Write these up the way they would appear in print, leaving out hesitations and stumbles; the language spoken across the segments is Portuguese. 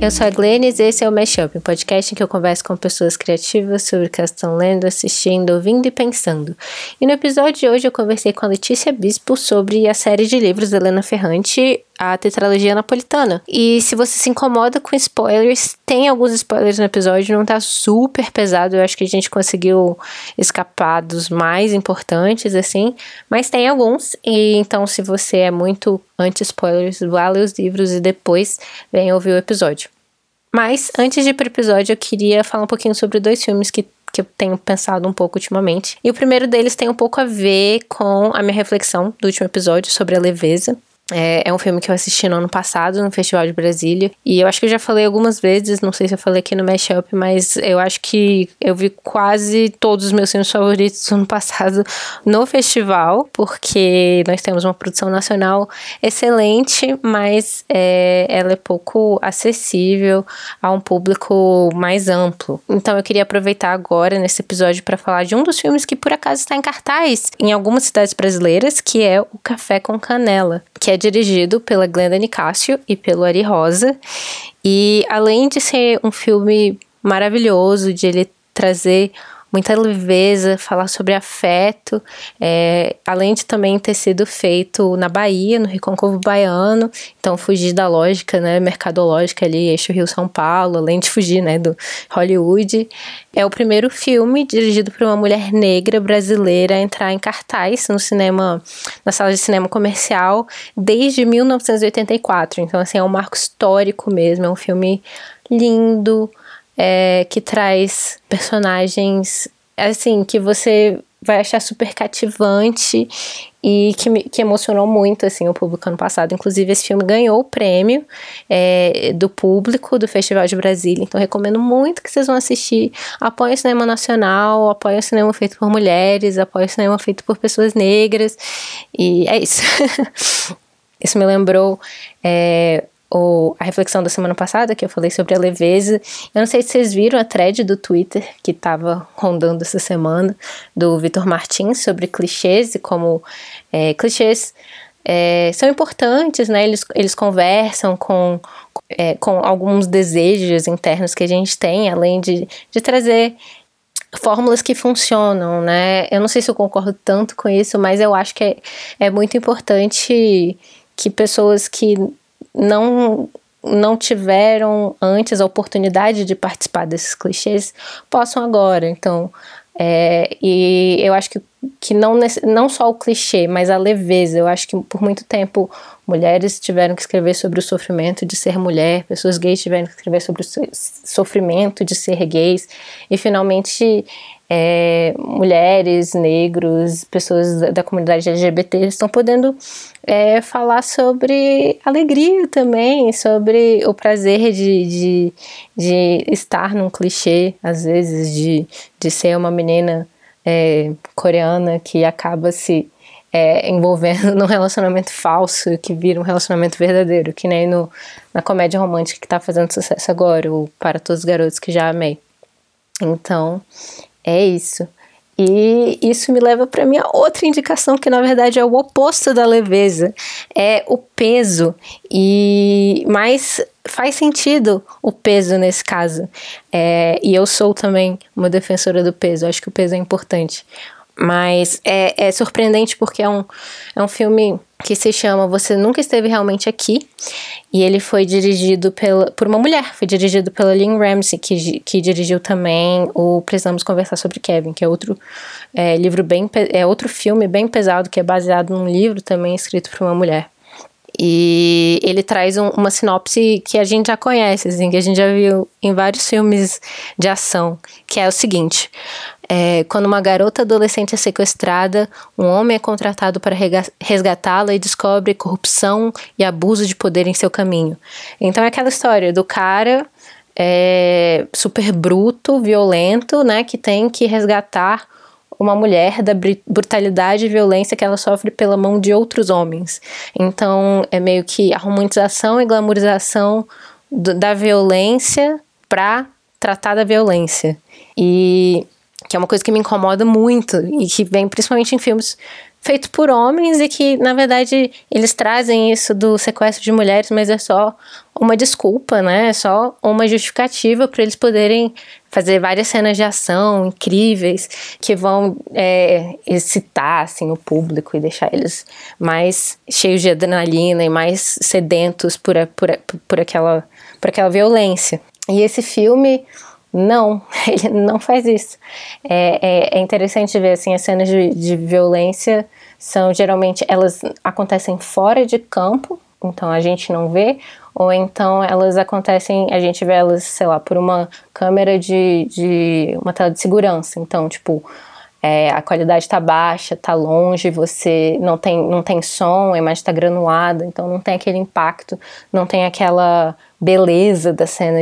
Eu sou a Glennis e esse é o Mashup, um podcast em que eu converso com pessoas criativas sobre o que elas estão lendo, assistindo, ouvindo e pensando. E no episódio de hoje eu conversei com a Letícia Bispo sobre a série de livros da Helena Ferrante, a Tetralogia Napolitana. E se você se incomoda com spoilers, tem alguns spoilers no episódio, não tá super pesado, eu acho que a gente conseguiu escapar dos mais importantes, assim, mas tem alguns, e então se você é muito anti-spoilers, vá ler os livros e depois vem ouvir o episódio. Mas, antes de ir pro episódio, eu queria falar um pouquinho sobre dois filmes que eu tenho pensado um pouco ultimamente. E o primeiro deles tem um pouco a ver com a minha reflexão do último episódio sobre a leveza. É um filme que eu assisti no ano passado, no Festival de Brasília. E eu acho que eu já falei algumas vezes, não sei se eu falei aqui no Mashup, mas eu acho que eu vi quase todos os meus filmes favoritos no ano passado no festival, porque nós temos uma produção nacional excelente, mas ela é pouco acessível a um público mais amplo. Então eu queria aproveitar agora, nesse episódio, para falar de um dos filmes que por acaso está em cartaz em algumas cidades brasileiras, que é O Café com Canela, que é dirigido pela Glenda Nicásio e pelo Ari Rosa. E além de ser um filme maravilhoso, de ele trazer muita leveza, falar sobre afeto, além de também ter sido feito na Bahia, no Recôncavo Baiano, então fugir da lógica, né, mercadológica ali, eixo Rio-São Paulo, além de fugir, né, do Hollywood. É o primeiro filme dirigido por uma mulher negra brasileira a entrar em cartaz no cinema, na sala de cinema comercial, desde 1984. Então, assim, é um marco histórico mesmo, é um filme lindo, que traz personagens, assim, que você vai achar super cativante e que emocionou muito, assim, o público ano passado. Inclusive, esse filme ganhou o prêmio do público do Festival de Brasília. Então, recomendo muito que vocês vão assistir. Apoiem o cinema nacional, apoiem o cinema feito por mulheres, apoiem o cinema feito por pessoas negras. E é isso. Isso me lembrou a reflexão da semana passada, que eu falei sobre a leveza. Eu não sei se vocês viram a thread do Twitter que estava rondando essa semana, do Vitor Martins, sobre clichês e como clichês são importantes, né? Eles conversam com alguns desejos internos que a gente tem, além de trazer fórmulas que funcionam, né? Eu não sei se eu concordo tanto com isso, mas eu acho que é muito importante que pessoas que não tiveram antes a oportunidade de participar desses clichês possam agora. Então, e eu acho que não só o clichê, mas a leveza. Eu acho que por muito tempo mulheres tiveram que escrever sobre o sofrimento de ser mulher, pessoas gays tiveram que escrever sobre o sofrimento de ser gays, e finalmente mulheres, negros, pessoas da comunidade LGBT estão podendo falar sobre alegria também, sobre o prazer de estar num clichê, às vezes, de ser uma menina coreana que acaba se envolvendo num relacionamento falso que vira um relacionamento verdadeiro, que nem na comédia romântica que tá fazendo sucesso agora, o Para Todos os Garotos que Já Amei. Então, é isso. E isso me leva para minha outra indicação, que na verdade é o oposto da leveza, é o peso. Mas faz sentido o peso nesse caso. E eu sou também uma defensora do peso, acho que o peso é importante. Mas é surpreendente porque é um filme que se chama Você Nunca Esteve Realmente Aqui, e ele foi dirigido por uma mulher, foi dirigido pela Lynne Ramsay, que dirigiu também o Precisamos Conversar sobre Kevin, que é outro outro filme bem pesado, que é baseado num livro também escrito por uma mulher. E ele traz uma sinopse que a gente já conhece, assim, que a gente já viu em vários filmes de ação, que é o seguinte: quando uma garota adolescente é sequestrada, um homem é contratado para resgatá-la e descobre corrupção e abuso de poder em seu caminho. Então é aquela história do cara super bruto, violento, né, que tem que resgatar uma mulher da brutalidade e violência que ela sofre pela mão de outros homens. Então é meio que a romantização e glamorização da violência para tratar da violência. E que é uma coisa que me incomoda muito e que vem principalmente em filmes feito por homens e que, na verdade, eles trazem isso do sequestro de mulheres, mas é só uma desculpa, né? É só uma justificativa para eles poderem fazer várias cenas de ação incríveis que vão excitar, assim, o público e deixar eles mais cheios de adrenalina e mais sedentos por aquela violência. E esse filme... Não, ele não faz isso. É interessante ver, assim, as cenas de violência são, geralmente, elas acontecem fora de campo, então a gente não vê, ou então elas acontecem, a gente vê elas, sei lá, por uma câmera de uma tela de segurança, então, tipo, a qualidade tá baixa, tá longe, você não tem som, a imagem tá granulada, então não tem aquele impacto, não tem aquela beleza da cena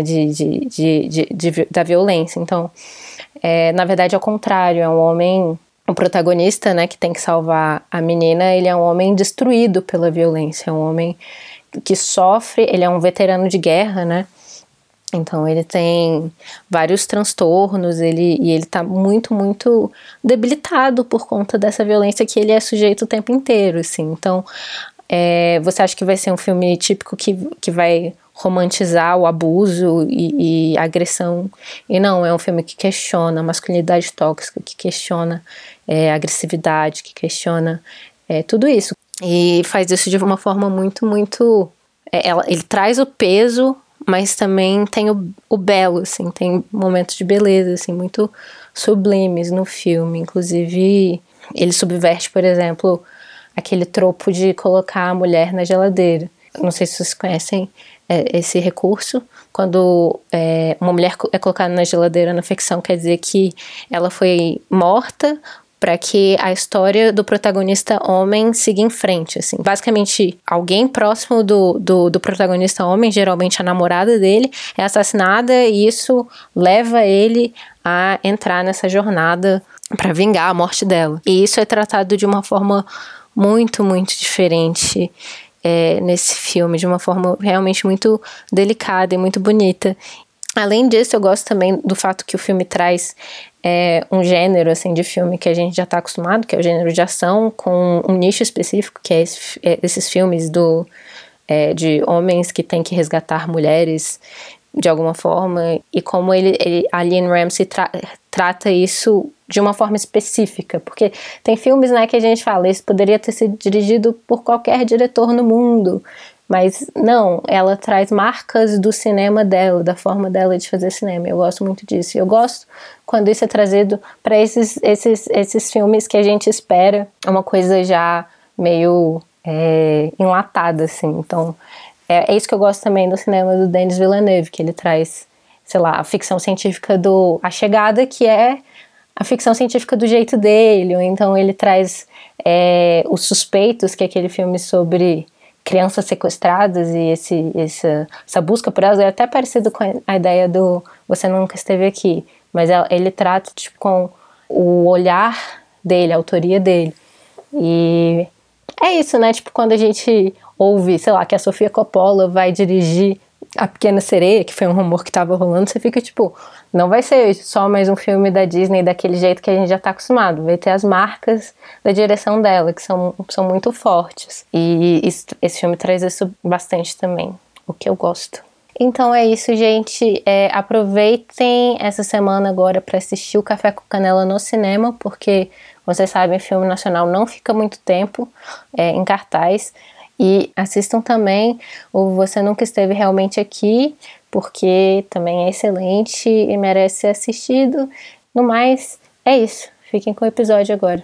da violência. Então, na verdade, é o contrário, é um homem, o protagonista, né, que tem que salvar a menina, ele é um homem destruído pela violência, é um homem que sofre, ele é um veterano de guerra, né, então ele tem vários transtornos, ele tá muito, muito debilitado por conta dessa violência que ele é sujeito o tempo inteiro, assim. Então, você acha que vai ser um filme típico que vai romantizar o abuso e a agressão? E não, é um filme que questiona a masculinidade tóxica, que questiona a agressividade, que questiona tudo isso. E faz isso de uma forma muito, muito... ele traz o peso, mas também tem o belo, assim, tem momentos de beleza, assim, muito sublimes no filme. Inclusive, ele subverte, por exemplo, aquele tropo de colocar a mulher na geladeira. Não sei se vocês conhecem esse recurso. Quando uma mulher é colocada na geladeira na ficção, quer dizer que ela foi morta para que a história do protagonista homem siga em frente, assim. Basicamente, alguém próximo do protagonista homem, geralmente a namorada dele, é assassinada e isso leva ele a entrar nessa jornada para vingar a morte dela. E isso é tratado de uma forma muito, muito diferente nesse filme, de uma forma realmente muito delicada e muito bonita. Além disso, eu gosto também do fato que o filme traz um gênero, assim, de filme que a gente já está acostumado, que é o gênero de ação, com um nicho específico, que é esses filmes de homens que têm que resgatar mulheres de alguma forma, e como a Leanne Ramsey trata isso de uma forma específica, porque tem filmes, né, que a gente fala, isso poderia ter sido dirigido por qualquer diretor no mundo, mas não, ela traz marcas do cinema dela, da forma dela de fazer cinema. Eu gosto muito disso. Eu gosto quando isso é trazido para esses filmes que a gente espera uma coisa já meio enlatada, assim. Então, é isso que eu gosto também do cinema do Denis Villeneuve, que ele traz, sei lá, a ficção científica A Chegada, que é a ficção científica do jeito dele, ou então ele traz Os Suspeitos, que é aquele filme sobre crianças sequestradas e essa busca por elas é até parecido com a ideia do Você Nunca Esteve Aqui, mas ele trata tipo, com o olhar dele, a autoria dele. E é isso, né? Tipo, quando a gente ouve, sei lá, que a Sofia Coppola vai dirigir A Pequena Sereia, que foi um rumor que tava rolando, você fica tipo, não vai ser só mais um filme da Disney daquele jeito que a gente já tá acostumado, vai ter as marcas da direção dela, que são muito fortes. E esse filme traz isso bastante também, o que eu gosto. Então é isso, gente. Aproveitem essa semana agora para assistir o Café com Canela no cinema, porque, vocês sabem, filme nacional não fica muito tempo em cartaz. E assistam também o Você Nunca Esteve Realmente Aqui, porque também é excelente e merece ser assistido. No mais, é isso. Fiquem com o episódio agora.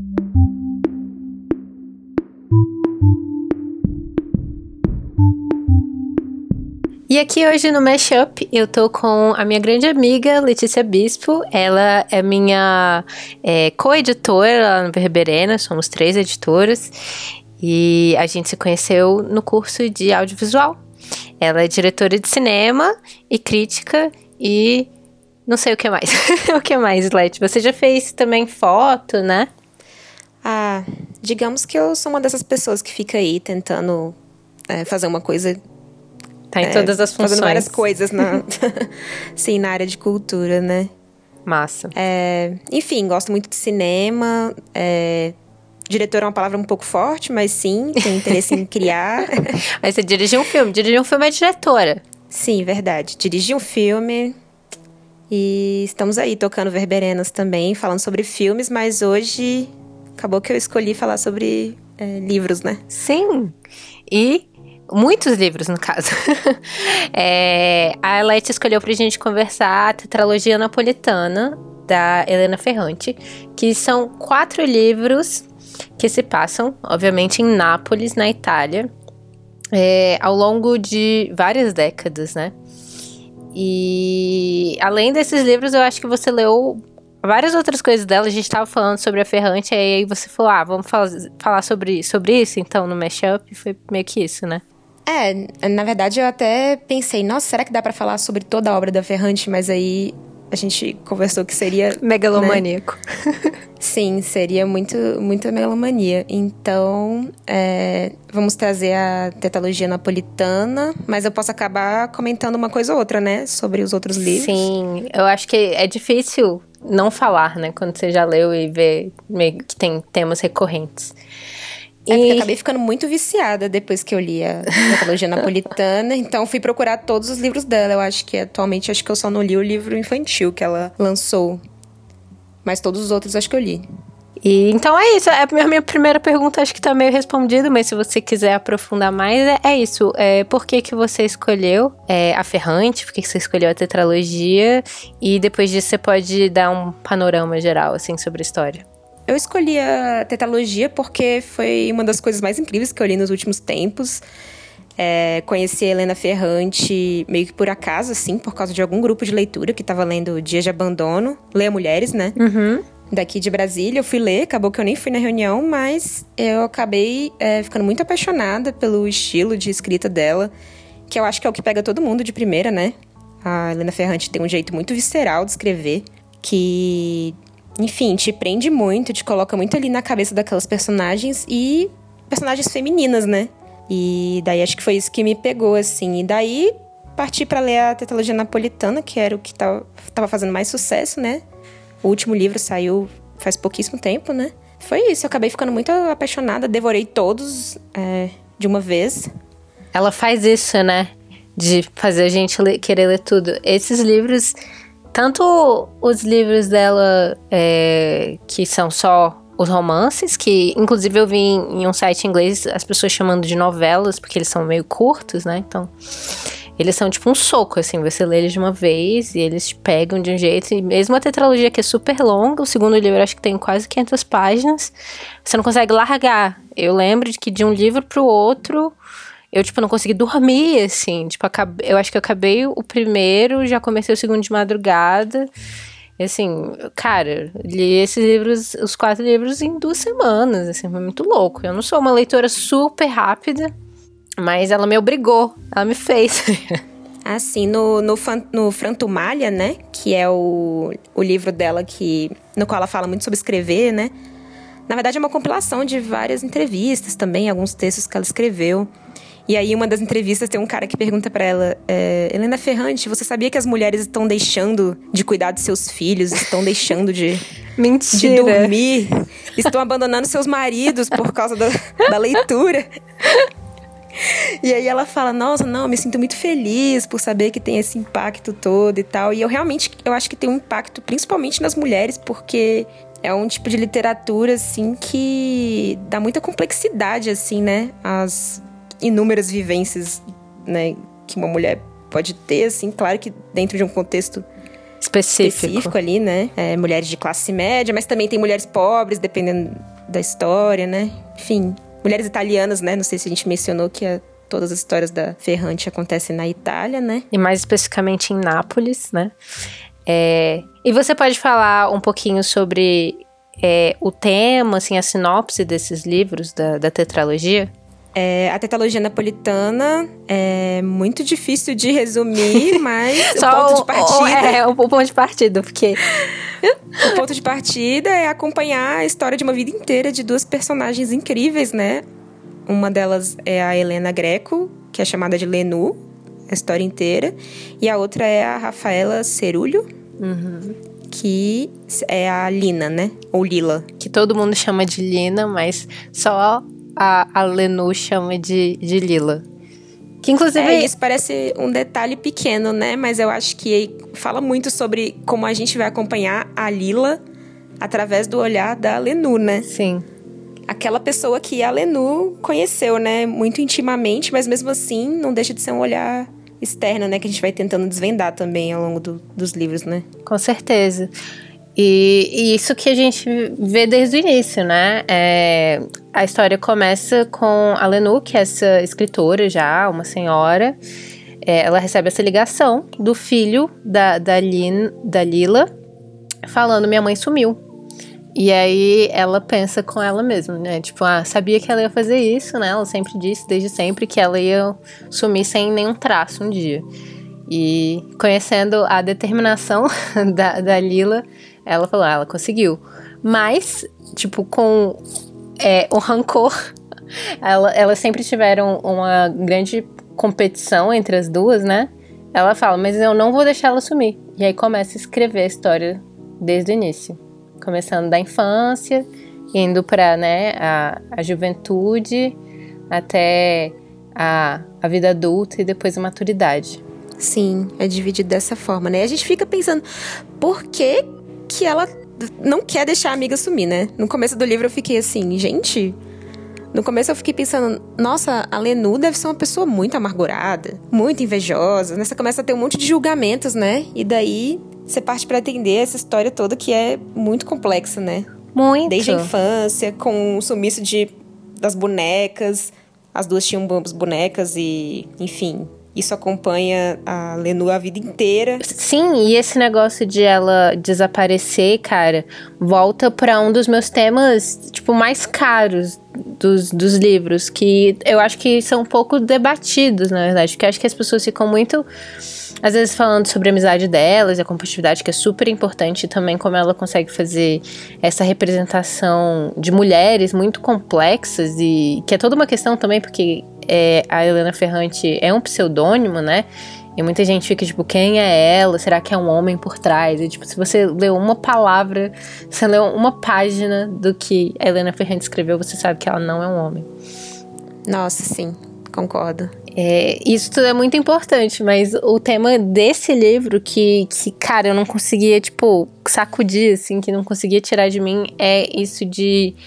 E aqui hoje no Mashup eu tô com a minha grande amiga Letícia Bispo. Ela é minha co-editora lá no Verberena, somos 3 editoras. E a gente se conheceu no curso de audiovisual. Ela é diretora de cinema e crítica e não sei o que mais. O que mais, Leti? Você já fez também foto, né? Ah, digamos que eu sou uma dessas pessoas que fica aí tentando fazer uma coisa... Tá em todas as funções. Fazendo várias coisas sim, na área de cultura, né? Massa. Enfim, gosto muito de cinema, Diretor é uma palavra um pouco forte, mas sim, tenho interesse em criar. Mas você dirige um filme é diretora. Sim, verdade. Dirigi um filme e estamos aí tocando verberenas também, falando sobre filmes, mas hoje acabou que eu escolhi falar sobre livros, né? Sim, e muitos livros, no caso. A Leti escolheu pra gente conversar a Tetralogia Napolitana, da Elena Ferrante, que são 4 livros que se passam, obviamente, em Nápoles, na Itália, ao longo de várias décadas, né? E além desses livros, eu acho que você leu várias outras coisas dela. A gente tava falando sobre a Ferrante, e aí você falou, vamos falar sobre isso, então, no Mashup. Foi meio que isso, né? Na verdade, eu até pensei, nossa, será que dá pra falar sobre toda a obra da Ferrante? Mas aí a gente conversou que seria... megalomaníaco. Né? Sim, seria muita megalomania. Então, vamos trazer a Tetralogia Napolitana, mas eu posso acabar comentando uma coisa ou outra, né? Sobre os outros livros. Sim, eu acho que é difícil não falar, né? Quando você já leu e vê meio que tem temas recorrentes. Porque eu acabei ficando muito viciada depois que eu li a Tetralogia Napolitana. Então, fui procurar todos os livros dela. Eu acho que atualmente, eu só não li o livro infantil que ela lançou. Mas todos os outros acho que eu li. E então é isso. A minha primeira pergunta acho que tá meio respondida, mas se você quiser aprofundar mais, é isso. Por que você escolheu a Ferrante? Por que você escolheu a tetralogia? E depois disso você pode dar um panorama geral, assim, sobre a história. Eu escolhi a tetralogia porque foi uma das coisas mais incríveis que eu li nos últimos tempos. Conheci a Elena Ferrante meio que por acaso, assim, por causa de algum grupo de leitura que tava lendo Dias de Abandono. Leia Mulheres, né? Uhum. Daqui de Brasília. Eu fui ler, acabou que eu nem fui na reunião, mas eu acabei ficando muito apaixonada pelo estilo de escrita dela, que eu acho que é o que pega todo mundo de primeira, né? A Elena Ferrante tem um jeito muito visceral de escrever, que... enfim, te prende muito, te coloca muito ali na cabeça daquelas personagens e personagens femininas, né? E daí acho que foi isso que me pegou, assim. E daí parti pra ler a Tetralogia Napolitana, que era o que tava fazendo mais sucesso, né? O último livro saiu faz pouquíssimo tempo, né? Foi isso, eu acabei ficando muito apaixonada, devorei todos de uma vez. Ela faz isso, né? De fazer a gente querer ler tudo. Esses livros... Tanto os livros dela, que são só os romances, que inclusive eu vi em um site inglês as pessoas chamando de novelas, porque eles são meio curtos, né? Então, eles são tipo um soco, assim, você lê eles de uma vez e eles te pegam de um jeito. E mesmo a tetralogia, que é super longa, o segundo livro acho que tem quase 500 páginas, você não consegue largar. Eu lembro de que de um livro pro outro... eu, não consegui dormir, assim. Eu acho que eu acabei o primeiro, já comecei o segundo de madrugada. E, assim, cara, li esses livros, os 4 livros, em 2 semanas, assim, foi muito louco. Eu não sou uma leitora super rápida, mas ela me obrigou, ela me fez. Assim, no Frantumalha, né, que é o livro dela no qual ela fala muito sobre escrever, né. Na verdade, é uma compilação de várias entrevistas também, alguns textos que ela escreveu. E aí, uma das entrevistas, tem um cara que pergunta pra ela, Elena Ferrante, você sabia que as mulheres estão deixando de cuidar de seus filhos, estão deixando de dormir, estão abandonando seus maridos por causa da leitura? E aí ela fala, nossa, não, eu me sinto muito feliz por saber que tem esse impacto todo e tal. E eu acho que tem um impacto principalmente nas mulheres, porque é um tipo de literatura, assim, que dá muita complexidade, assim, né? As inúmeras vivências, né, que uma mulher pode ter, assim, claro que dentro de um contexto específico ali, né? Mulheres de classe média, mas também tem mulheres pobres, dependendo da história, né? Enfim, mulheres italianas, né? Não sei se a gente mencionou que todas as histórias da Ferrante acontecem na Itália, né? E mais especificamente em Nápoles, né? E você pode falar um pouquinho sobre o tema, assim, a sinopse desses livros da tetralogia? A tetralogia napolitana é muito difícil de resumir, mas só o ponto de partida... o ponto de partida, porque... O ponto de partida é acompanhar a história de uma vida inteira de 2 personagens incríveis, né? Uma delas é a Helena Greco, que é chamada de Lenú, a história inteira. E a outra é a Rafaela Cerullo, que é a Lina, né? Ou Lila. Que todo mundo chama de Lina, mas só a Lenor chama de Lila. Que inclusive... isso parece um detalhe pequeno, né? Mas eu acho que fala muito sobre como a gente vai acompanhar a Lila através do olhar da Lenor, né? Sim. Aquela pessoa que a Lenor conheceu, né? Muito intimamente, mas mesmo assim não deixa de ser um olhar externo, né? Que a gente vai tentando desvendar também ao longo dos livros, né? Com certeza. E isso que a gente vê desde o início, né? A história começa com a Lenor, que é essa escritora já, uma senhora. Ela recebe essa ligação do filho da Lila, falando: minha mãe sumiu. E aí ela pensa com ela mesma, né? Tipo, sabia que ela ia fazer isso, né? Ela sempre disse, desde sempre, que ela ia sumir sem nenhum traço um dia. E conhecendo a determinação da Lila, ela falou: ela conseguiu. Mas, tipo, com o rancor, elas sempre tiveram uma grande competição entre as duas, né? Ela fala: mas eu não vou deixar ela sumir. E aí começa a escrever a história desde o início. Começando da infância, indo para, né, a juventude, até a vida adulta e depois a maturidade. Sim, é dividido dessa forma, né? E a gente fica pensando, por que ela não quer deixar a amiga sumir, né? No começo do livro eu fiquei assim, gente... No começo eu fiquei pensando, nossa, a Lenor deve ser uma pessoa muito amargurada, muito invejosa. Você começa a ter um monte de julgamentos, né? E daí você parte pra entender essa história toda que é muito complexa, né? Muito. Desde a infância, com o sumiço das bonecas. As duas tinham bonecas e, enfim... Isso acompanha a Lenor a vida inteira. Sim, e esse negócio de ela desaparecer, cara, volta pra um dos meus temas, tipo, mais caros dos livros, que eu acho que são um pouco debatidos, na verdade, porque eu acho que as pessoas ficam muito, às vezes, falando sobre a amizade delas, a competitividade, que é super importante, e também como ela consegue fazer essa representação de mulheres muito complexas, e que é toda uma questão também, porque a Helena Ferrante é um pseudônimo, né? E muita gente fica tipo, quem é ela? Será que é um homem por trás? E tipo, se você leu uma palavra, você leu uma página do que a Helena Ferrante escreveu, você sabe que ela não é um homem. Nossa, sim, concordo. Isso tudo é muito importante, mas o tema desse livro que, cara, eu não conseguia, tipo, sacudir, assim, que não conseguia tirar de mim, é isso de...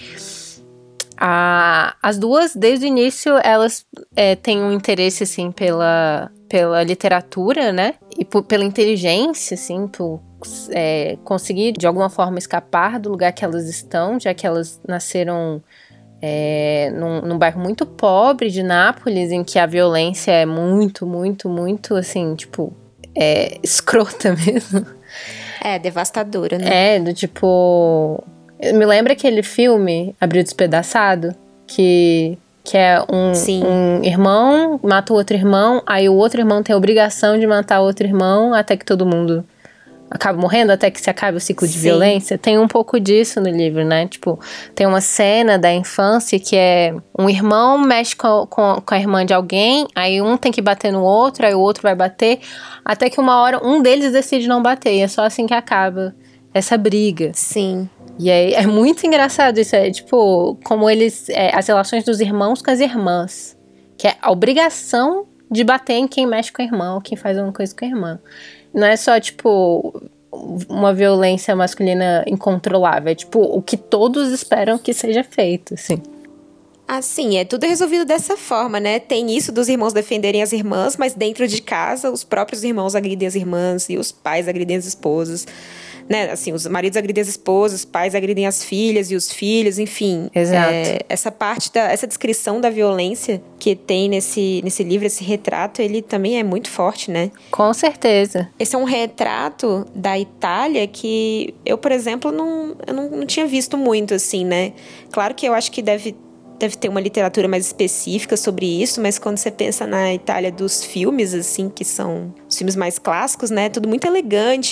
As duas, desde o início, elas têm um interesse, assim, pela literatura, né? E pela inteligência, assim, por conseguir, de alguma forma, escapar do lugar que elas estão, já que elas nasceram num bairro muito pobre de Nápoles, em que a violência é muito, muito, muito, assim, tipo, escrota mesmo. Devastadora, né? Do tipo... Me lembra aquele filme, Abril Despedaçado? Que é um irmão mata o outro irmão, aí o outro irmão tem a obrigação de matar o outro irmão até que todo mundo acaba morrendo, até que se acabe o ciclo de violência. Tem um pouco disso no livro, né? Tipo, tem uma cena da infância que é um irmão mexe com a irmã de alguém, aí um tem que bater no outro, aí o outro vai bater, até que uma hora um deles decide não bater, e é só assim que acaba essa briga. Sim. E aí é muito engraçado isso, tipo, como eles... as relações dos irmãos com as irmãs. Que é a obrigação de bater em quem mexe com a irmã, ou quem faz alguma coisa com a irmã. Não é só, tipo, uma violência masculina incontrolável. É, tipo, o que todos esperam que seja feito, assim. Assim, tudo resolvido dessa forma, né? Tem isso dos irmãos defenderem as irmãs, mas dentro de casa, os próprios irmãos agridem as irmãs e os pais agridem as esposas. Né? Assim, os maridos agridem as esposas, os pais agridem as filhas e os filhos, enfim. Exato. Essa parte, essa descrição da violência que tem nesse livro, esse retrato, ele também é muito forte, né? Com certeza. Esse é um retrato da Itália que eu, por exemplo, eu não tinha visto muito, assim, né? Claro que eu acho que deve ter uma literatura mais específica sobre isso, mas quando você pensa na Itália dos filmes, assim, que são os filmes mais clássicos, né? Tudo muito elegante, né?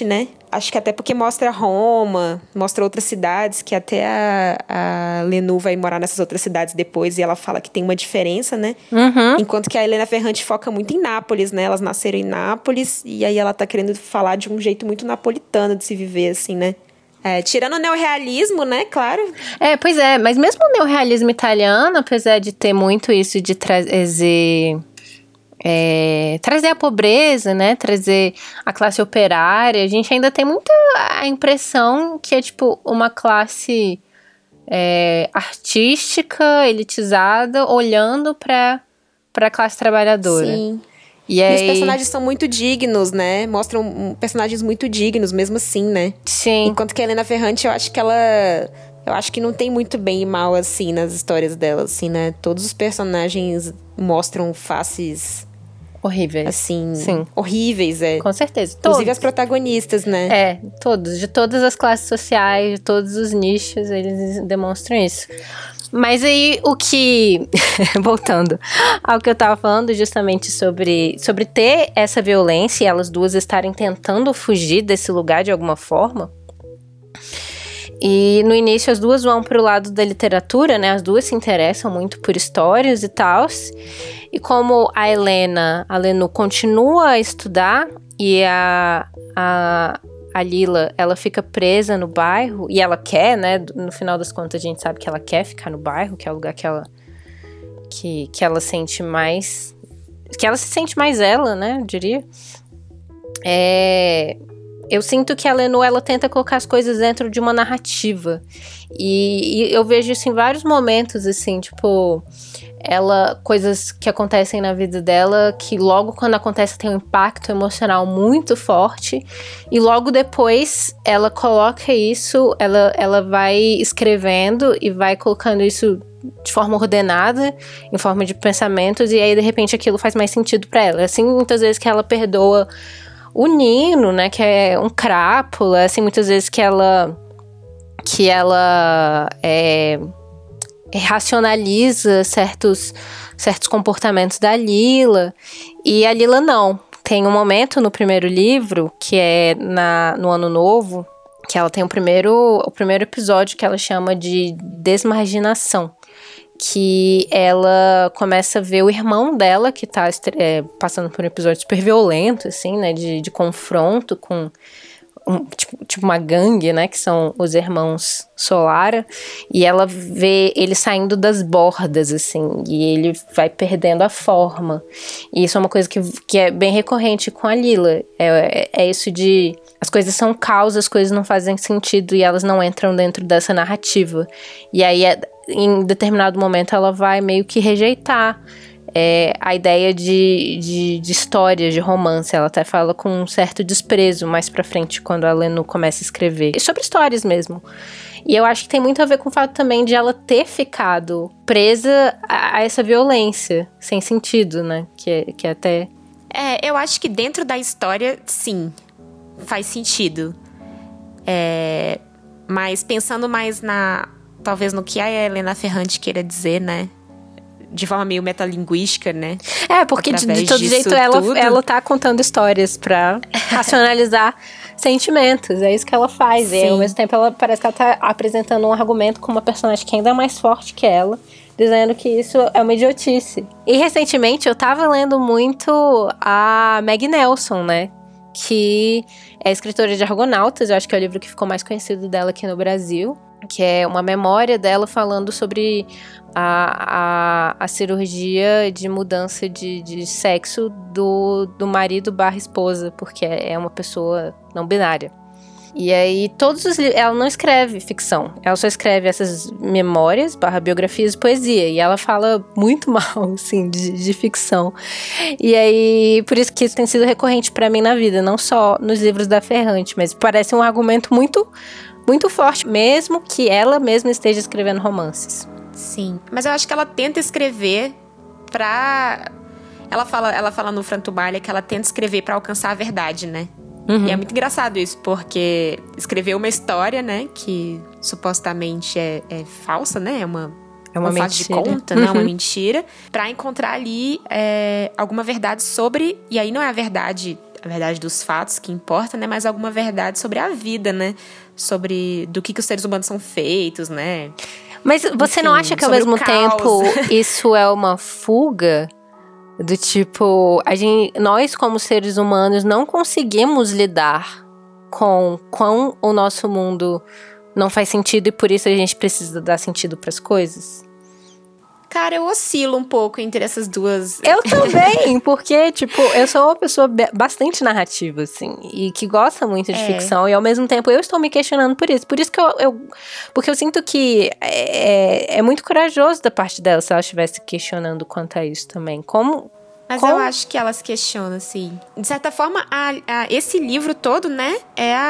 Acho que até porque mostra Roma, mostra outras cidades, que até a Lenu vai morar nessas outras cidades depois, e ela fala que tem uma diferença, né? Enquanto que a Helena Ferrante foca muito em Nápoles, né? Elas nasceram em Nápoles, e aí ela tá querendo falar de um jeito muito napolitano de se viver, assim, né? Tirando o neorrealismo, né? Claro. Pois é, mas mesmo o neorrealismo italiano, apesar de ter muito isso de trazer a pobreza, né? Trazer a classe operária, a gente ainda tem muita a impressão que é tipo uma classe artística, elitizada, olhando para a classe trabalhadora. Sim. E os personagens são muito dignos, né? Mostram personagens muito dignos, mesmo assim, né? Sim. Enquanto que a Helena Ferrante, eu acho que não tem muito bem e mal, assim, nas histórias dela, assim, né? Todos os personagens mostram faces horríveis. Assim, sim. Horríveis, Com certeza. Inclusive todos. As protagonistas, né? Todos. De todas as classes sociais, de todos os nichos, eles demonstram isso. Mas aí, o que... voltando ao que eu tava falando justamente sobre ter essa violência e elas duas estarem tentando fugir desse lugar de alguma forma. E no início as duas vão pro lado da literatura, né? As duas se interessam muito por histórias e tal. E como a Lenu continua a estudar e a Lila, ela fica presa no bairro, e ela quer, né? No final das contas, a gente sabe que ela quer ficar no bairro, que é o lugar que ela sente mais... que ela se sente mais ela, né? Eu diria. Eu sinto que a Lenu, ela tenta colocar as coisas dentro de uma narrativa. E eu vejo isso em vários momentos, assim, tipo... coisas que acontecem na vida dela, que logo quando acontece tem um impacto emocional muito forte, e logo depois ela coloca isso, ela vai escrevendo e vai colocando isso de forma ordenada, em forma de pensamentos, e aí de repente aquilo faz mais sentido pra ela. Assim, muitas vezes que ela perdoa o Nino, né, que é um crápula, assim, muitas vezes que ela racionaliza certos comportamentos da Lila, e a Lila não. Tem um momento no primeiro livro, que é no Ano Novo, que ela tem o primeiro episódio que ela chama de desmarginação, que ela começa a ver o irmão dela, que tá passando por um episódio super violento, assim, né, de confronto com tipo uma gangue, né, que são os irmãos Solara, e ela vê ele saindo das bordas, assim, e ele vai perdendo a forma. E isso é uma coisa que é bem recorrente com a Lila, é isso de as coisas são caos, as coisas não fazem sentido e elas não entram dentro dessa narrativa. E aí, em determinado momento, ela vai meio que rejeitar a ideia de histórias, de romance. Ela até fala com um certo desprezo mais pra frente, quando a Lenu começa a escrever. E sobre histórias mesmo. E eu acho que tem muito a ver com o fato também de ela ter ficado presa a essa violência sem sentido, né? Que até... eu acho que dentro da história, sim, faz sentido. Mas pensando mais talvez no que a Helena Ferrante queira dizer, né? De forma meio metalinguística, né? Porque de todo jeito ela tá contando histórias pra racionalizar sentimentos. É isso que ela faz. Sim. E ao mesmo tempo parece que ela tá apresentando um argumento com uma personagem que ainda é mais forte que ela, dizendo que isso é uma idiotice. E recentemente eu tava lendo muito a Maggie Nelson, né? Que é escritora de Argonautas. Eu acho que é o livro que ficou mais conhecido dela aqui no Brasil. Que é uma memória dela falando sobre a cirurgia de mudança de sexo do marido / esposa, porque é uma pessoa não binária. E aí, todos os livros... Ela não escreve ficção. Ela só escreve essas memórias / biografias e poesia. E ela fala muito mal, assim, de ficção. E aí, por isso que isso tem sido recorrente pra mim na vida. Não só nos livros da Ferrante, mas parece um argumento muito forte, mesmo que ela mesma esteja escrevendo romances. Sim, mas eu acho que ela tenta escrever pra... Ela fala no Frantumalha que ela tenta escrever pra alcançar a verdade, né? Uhum. E é muito engraçado isso, porque escrever uma história, né, que supostamente é falsa, né? É uma faz de conta, né? Uma mentira, pra encontrar ali alguma verdade sobre... E aí não é a verdade a verdade dos fatos que importa, né? Mas alguma verdade sobre a vida, né? Sobre do que os seres humanos são feitos, né? Mas você não acha que ao mesmo tempo isso é uma fuga? Do tipo, nós como seres humanos não conseguimos lidar com o nosso mundo não faz sentido e por isso a gente precisa dar sentido pras coisas? Cara, eu oscilo um pouco entre essas duas. Eu também, porque, tipo, eu sou uma pessoa bastante narrativa, assim, e que gosta muito de ficção, e ao mesmo tempo eu estou me questionando por isso. Por isso que porque eu sinto que é muito corajoso da parte dela se ela estivesse questionando quanto a isso também. Mas eu acho que ela se questiona, assim. De certa forma, esse livro todo, né,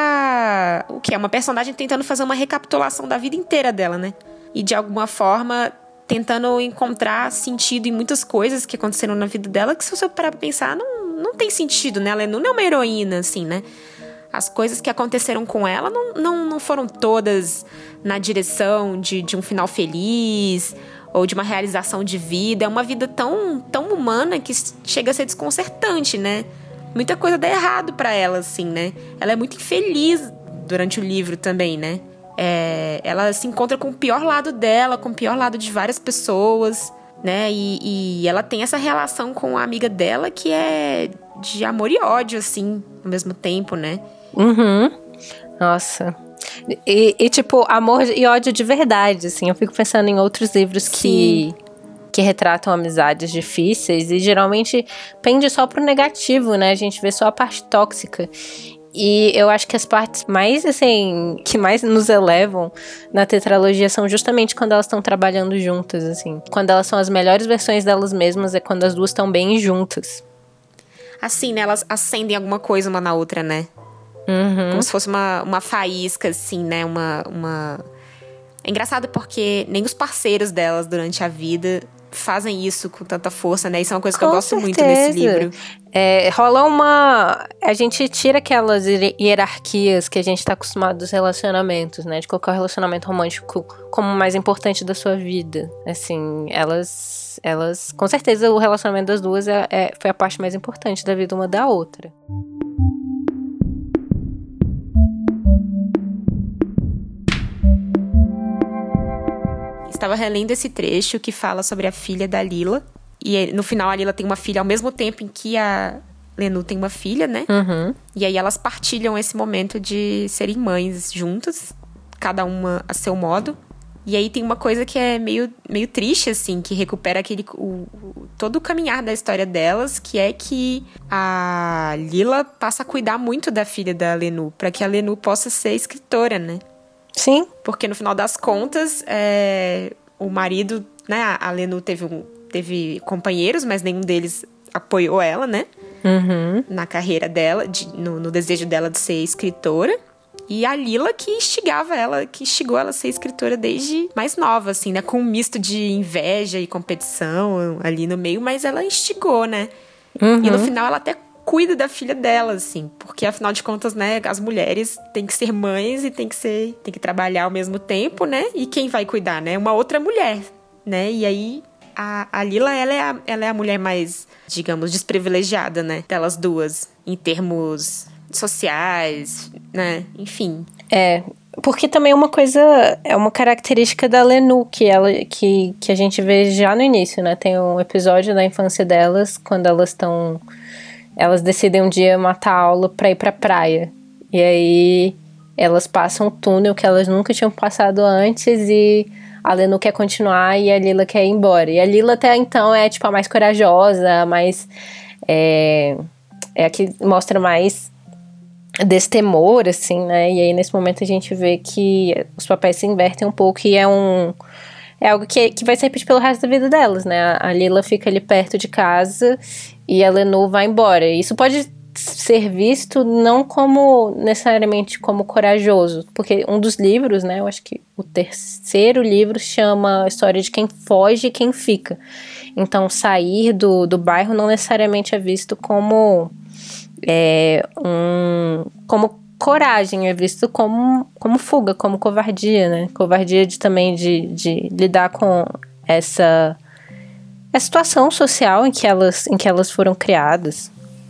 o que é uma personagem tentando fazer uma recapitulação da vida inteira dela, né? E de alguma forma tentando encontrar sentido em muitas coisas que aconteceram na vida dela, que se você parar pra pensar, não tem sentido, né? Ela não é uma heroína, assim, né? As coisas que aconteceram com ela não foram todas na direção de um final feliz ou de uma realização de vida. É uma vida tão, tão humana que chega a ser desconcertante, né? Muita coisa dá errado pra ela, assim, né? Ela é muito infeliz durante o livro também, né? Ela se encontra com o pior lado dela, com o pior lado de várias pessoas, né? E ela tem essa relação com a amiga dela que é de amor e ódio, assim, ao mesmo tempo, né? Uhum. Nossa. E tipo, amor e ódio de verdade, assim. Eu fico pensando em outros livros que retratam amizades difíceis e geralmente pende só pro negativo, né? A gente vê só a parte tóxica. E eu acho que as partes mais, assim, que mais nos elevam na tetralogia são justamente quando elas estão trabalhando juntas, assim. Quando elas são as melhores versões delas mesmas, é quando as duas estão bem juntas. Assim, né? Elas acendem alguma coisa uma na outra, né? Uhum. Como se fosse uma faísca, assim, né? É engraçado porque nem os parceiros delas durante a vida fazem isso com tanta força, né? Isso é uma coisa que eu gosto muito nesse livro. Rola a gente tira aquelas hierarquias que a gente tá acostumado dos relacionamentos, né? De colocar o relacionamento romântico como o mais importante da sua vida. Assim, elas com certeza o relacionamento das duas foi a parte mais importante da vida uma da outra. Estava relendo esse trecho que fala sobre a filha da Lila. E no final a Lila tem uma filha ao mesmo tempo em que a Lenú tem uma filha, né? Uhum. E aí elas partilham esse momento de serem mães juntas, cada uma a seu modo. E aí tem uma coisa que é meio triste, assim, que recupera todo o caminhar da história delas, que é que a Lila passa a cuidar muito da filha da Lenú, para que a Lenú possa ser escritora, né? Sim. Porque no final das contas, o marido, né? A Lenú teve companheiros, mas nenhum deles apoiou ela, né? Uhum. Na carreira dela, no desejo dela de ser escritora. E a Lila que instigou ela a ser escritora desde mais nova, assim, né? Com um misto de inveja e competição ali no meio, mas ela instigou, né? Uhum. E no final ela até cuida da filha dela, assim, porque afinal de contas, né, as mulheres têm que ser mães e têm que trabalhar ao mesmo tempo, né? E quem vai cuidar, né? Uma outra mulher, né? E aí a Lila, ela é a mulher mais, digamos, desprivilegiada, né? Delas duas, em termos sociais, né? Enfim. Porque também é uma característica da Lenú que a gente vê já no início, né? Tem um episódio da infância delas, quando elas decidem um dia matar a aula pra ir pra praia. E aí elas passam um túnel que elas nunca tinham passado antes e a Lenú quer continuar e a Lila quer ir embora. E a Lila até então é tipo a mais corajosa, mais a que mostra mais destemor, assim, né? E aí nesse momento a gente vê que os papéis se invertem um pouco e é algo que vai se repetir pelo resto da vida delas, né? A Lila fica ali perto de casa e a Lenú vai embora. Isso pode ser visto não como necessariamente como corajoso, porque um dos livros, né, eu acho que o terceiro livro chama a história de quem foge e quem fica. Então sair do bairro não necessariamente é visto como como coragem, é visto como fuga, como covardia, né? Covardia de lidar com essa situação social em que elas foram criadas.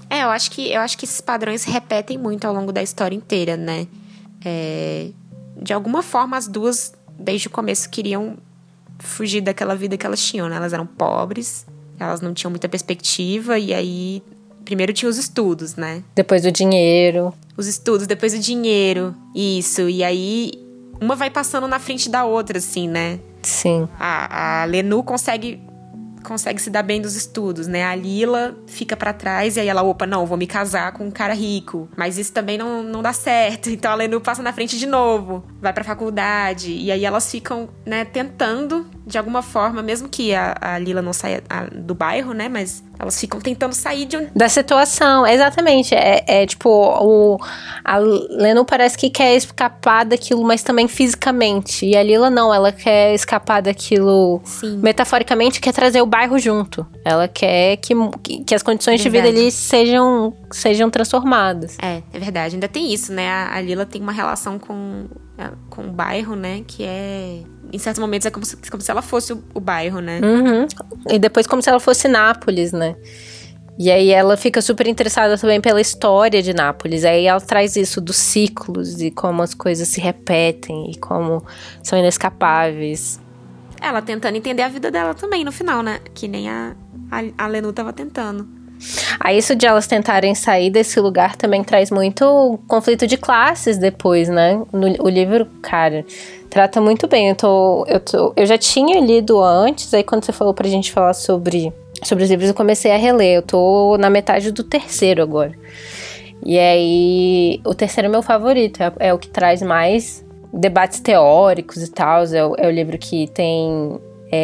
Eu acho que esses padrões se repetem muito ao longo da história inteira, né? De alguma forma, as duas, desde o começo, queriam fugir daquela vida que elas tinham, né? Elas eram pobres, elas não tinham muita perspectiva, e aí primeiro tinha os estudos, né? Depois o dinheiro. Os estudos, depois o dinheiro, isso. E aí uma vai passando na frente da outra, assim, né? Sim. A Lenú consegue se dar bem dos estudos, né? A Lila fica pra trás e aí ela, não, vou me casar com um cara rico. Mas isso também não dá certo. Então a Lenú passa na frente de novo, vai pra faculdade. E aí elas ficam, né, tentando, de alguma forma, mesmo que a Lila não saia do bairro, né? Mas elas ficam tentando sair da situação, exatamente. Tipo, a Lenú parece que quer escapar daquilo, mas também fisicamente. E a Lila não, ela quer escapar daquilo. Sim. Metaforicamente, quer trazer o bairro junto. Ela quer que as condições de vida ali sejam transformadas. É verdade. Ainda tem isso, né? A Lila tem uma relação com o bairro, né? Que em certos momentos é como se ela fosse o bairro, né? Uhum. E depois como se ela fosse Nápoles, né? E aí ela fica super interessada também pela história de Nápoles. Aí ela traz isso dos ciclos e como as coisas se repetem e como são inescapáveis. Ela tentando entender a vida dela também no final, né? Que nem a Lenú tava tentando. Aí isso de elas tentarem sair desse lugar também traz muito conflito de classes depois, né? O livro, cara, trata muito bem. Eu já tinha lido antes, aí quando você falou pra gente falar sobre os livros, eu comecei a reler. Eu tô na metade do terceiro agora. E aí, o terceiro é meu favorito, é o que traz mais debates teóricos e tal. É o livro que tem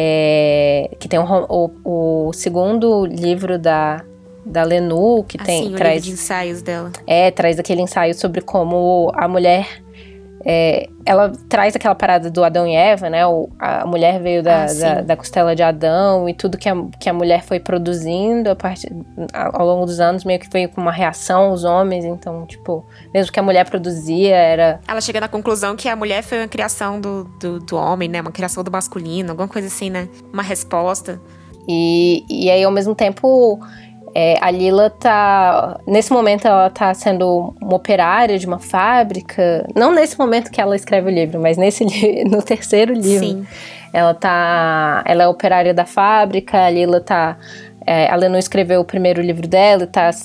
o segundo livro da Lenú, que traz o livro de ensaios dela. Traz aquele ensaio sobre como a mulher... ela traz aquela parada do Adão e Eva, né? A mulher veio da costela de Adão, e tudo que a mulher foi produzindo ao longo dos anos meio que veio com uma reação aos homens. Então, tipo, mesmo que a mulher produzia, era... Ela chega na conclusão que a mulher foi uma criação do homem, né? Uma criação do masculino, alguma coisa assim, né? Uma resposta. E aí, ao mesmo tempo... a Lila nesse momento ela tá sendo uma operária de uma fábrica, não nesse momento que ela escreve o livro, mas no terceiro livro. Sim. Ela é operária da fábrica, a Lila a Lenú escreveu o primeiro livro dela e tá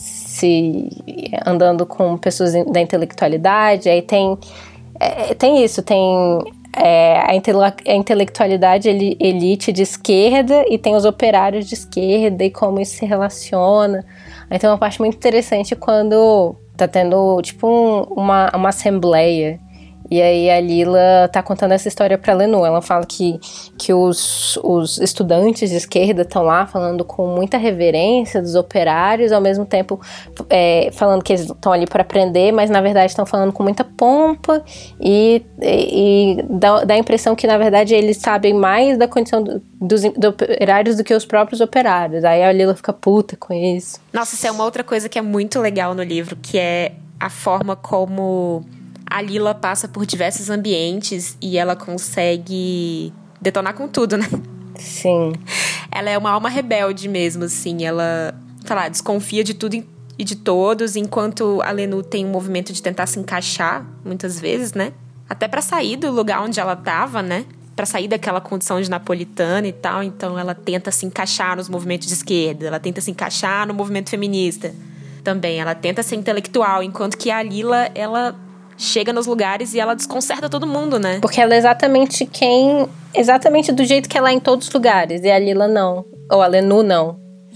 andando com pessoas da intelectualidade, aí tem isso, tem... a intelectualidade elite de esquerda e tem os operários de esquerda e como isso se relaciona. Aí tem uma parte muito interessante quando tá tendo tipo uma assembleia. E aí a Lila tá contando essa história pra Lenú. Ela fala que os estudantes de esquerda estão lá falando com muita reverência dos operários, ao mesmo tempo falando que eles estão ali para aprender, mas na verdade estão falando com muita pompa e dá a impressão que na verdade eles sabem mais da condição dos operários do que os próprios operários. Aí a Lila fica puta com isso. Nossa, isso é uma outra coisa que é muito legal no livro, que é a forma como... a Lila passa por diversos ambientes e ela consegue detonar com tudo, né? Sim. Ela é uma alma rebelde mesmo, assim. Ela, sei lá, desconfia de tudo e de todos, enquanto a Lenú tem um movimento de tentar se encaixar, muitas vezes, né? Até pra sair do lugar onde ela tava, né? Pra sair daquela condição de napolitana e tal. Então ela tenta se encaixar nos movimentos de esquerda, ela tenta se encaixar no movimento feminista também. Ela tenta ser intelectual, enquanto que a Lila, ela... chega nos lugares e ela desconcerta todo mundo, né? Porque ela é exatamente do jeito que ela é em todos os lugares. E a Lila não. Ou a Lenú não.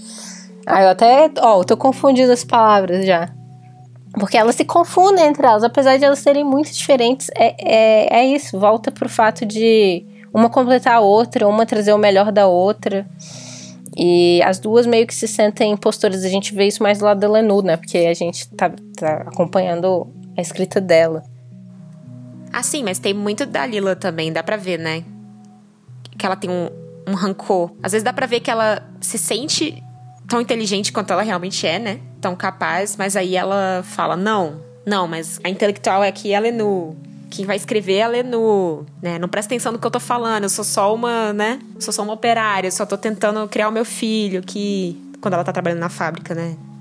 Eu tô confundindo as palavras já. Porque elas se confundem entre elas. Apesar de elas serem muito diferentes, é isso. Volta pro fato de uma completar a outra, uma trazer o melhor da outra. E as duas meio que se sentem impostoras. A gente vê isso mais do lado da Lenú, né? Porque a gente tá acompanhando... a escrita dela. Ah, sim, mas tem muito da Lila também, dá pra ver, né? Que ela tem um rancor. Às vezes dá pra ver que ela se sente tão inteligente quanto ela realmente é, né? Tão capaz, mas aí ela fala, não, mas a intelectual é aqui a Lenú. Quem vai escrever é a Lenú, né? Não presta atenção no que eu tô falando, eu sou só uma, né? Eu sou só uma operária, eu só tô tentando criar o meu filho, que... quando ela tá trabalhando na fábrica, né?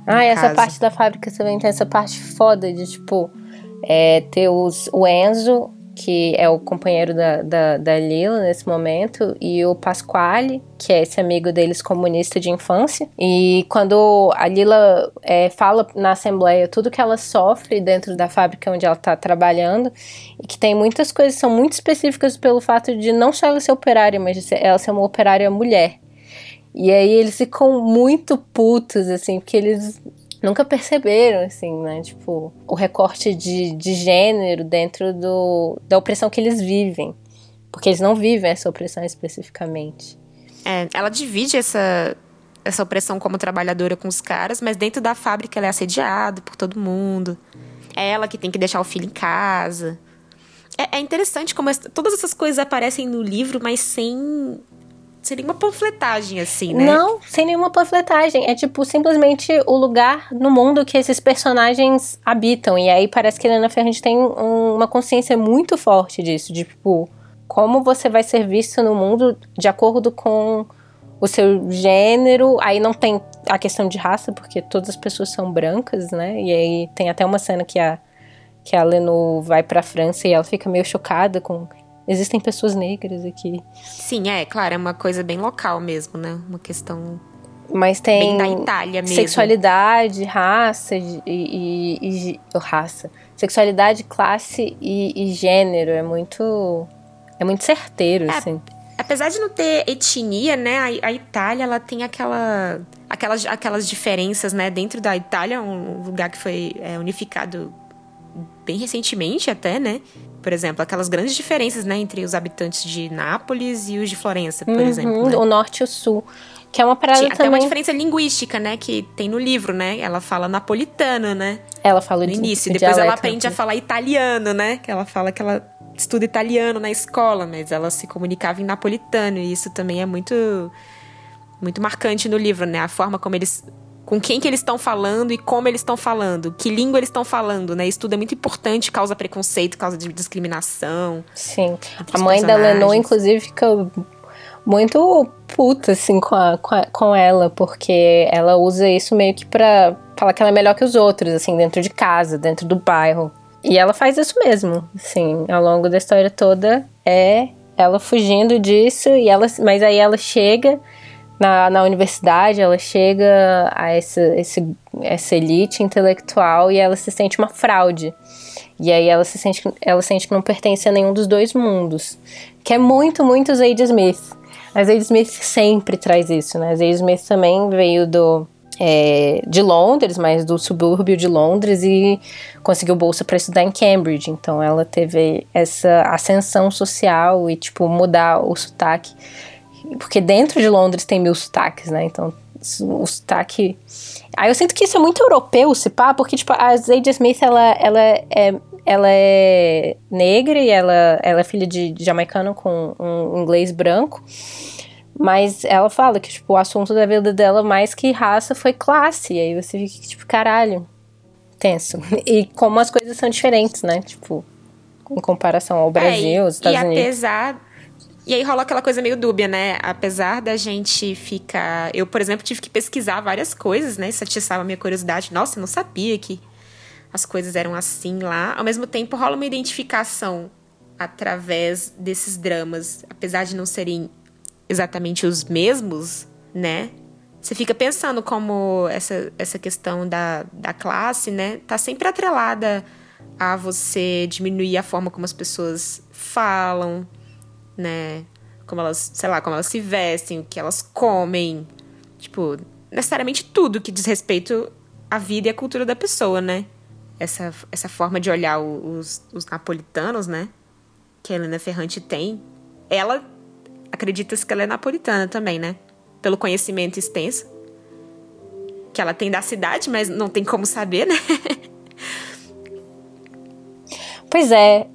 Ah, e essa caso. parte da fábrica também tem essa parte foda de, tipo, ter o Enzo, que é o companheiro da Lila nesse momento, e o Pasquale, que é esse amigo deles comunista de infância. E quando a Lila fala na assembleia tudo que ela sofre dentro da fábrica onde ela tá trabalhando, e que tem muitas coisas que são muito específicas pelo fato de não só ela ser operária, mas de ela ser uma operária mulher. E aí eles ficam muito putos, assim, porque eles nunca perceberam, assim, né? Tipo, o recorte de gênero dentro da opressão que eles vivem. Porque eles não vivem essa opressão especificamente. Ela divide essa opressão como trabalhadora com os caras, mas dentro da fábrica ela é assediada por todo mundo. É ela que tem que deixar o filho em casa. É interessante como todas essas coisas aparecem no livro, mas sem nenhuma panfletagem, assim, né? Não, sem nenhuma panfletagem. É, tipo, simplesmente o lugar no mundo que esses personagens habitam. E aí parece que a Helena Ferrante tem uma consciência muito forte disso. De, tipo, como você vai ser visto no mundo de acordo com o seu gênero. Aí não tem a questão de raça, porque todas as pessoas são brancas, né? E aí tem até uma cena que a Leno vai pra França e ela fica meio chocada com... Existem pessoas negras aqui. Sim, claro, é uma coisa bem local mesmo, né? Uma questão mas tem bem da Itália mesmo. Sexualidade, raça raça. Sexualidade, classe e gênero. É muito certeiro, assim. Apesar de não ter etnia, né? A Itália, ela tem aquelas diferenças, né? Dentro da Itália, um lugar que foi unificado bem recentemente até, né? Por exemplo, aquelas grandes diferenças, né? Entre os habitantes de Nápoles e os de Florença, por exemplo, né? O norte e o sul. Que é uma parada também... Até uma diferença linguística, né? Que tem no livro, né? Ela fala napolitano, né? Ela fala no início. Depois ela aprende a falar italiano, né? Que ela fala que ela estuda italiano na escola, mas ela se comunicava em napolitano. E isso também é muito, muito marcante no livro, né? A forma como eles... Com quem que eles estão falando e como eles estão falando. Que língua eles estão falando, né? Isso tudo é muito importante, causa preconceito, causa de discriminação. Sim. A mãe da Lennon, inclusive, fica muito puta, assim, com ela. Porque ela usa isso meio que pra falar que ela é melhor que os outros, assim, dentro de casa, dentro do bairro. E ela faz isso mesmo, assim, ao longo da história toda. É ela fugindo disso, mas aí ela chega... Na universidade, ela chega a essa elite intelectual e ela se sente uma fraude. E aí ela sente que não pertence a nenhum dos dois mundos. Que é muito, muito Zadie Smith. A Zadie Smith sempre traz isso, né? A Zadie Smith também veio de Londres, mas do subúrbio de Londres, e conseguiu bolsa para estudar em Cambridge. Então ela teve essa ascensão social e, tipo, mudar o sotaque. Porque dentro de Londres tem 1000 sotaques, né? Então, o sotaque... Aí eu sinto que isso é muito europeu, se pá, porque, tipo, a Zadie Smith, ela é negra e ela é filha de jamaicano com um inglês branco. Mas ela fala que, tipo, o assunto da vida dela, mais que raça, foi classe. E aí você fica, tipo, caralho, tenso. E como as coisas são diferentes, né? Tipo, em comparação ao Brasil, aos Estados Unidos. E aí rola aquela coisa meio dúbia, né? Apesar da gente ficar... Eu, por exemplo, tive que pesquisar várias coisas, né? Isso atiçava a minha curiosidade. Nossa, eu não sabia que as coisas eram assim lá. Ao mesmo tempo, rola uma identificação através desses dramas. Apesar de não serem exatamente os mesmos, né? Você fica pensando como essa questão da classe, né? Tá sempre atrelada a você diminuir a forma como as pessoas falam, né? Como elas, sei lá, como elas se vestem, o que elas comem. Tipo, necessariamente tudo que diz respeito à vida e à cultura da pessoa, né? Essa forma de olhar os napolitanos, né? Que a Helena Ferrante tem. Ela acredita-se que ela é napolitana também, né? Pelo conhecimento extenso que ela tem da cidade, mas não tem como saber, né? Pois é.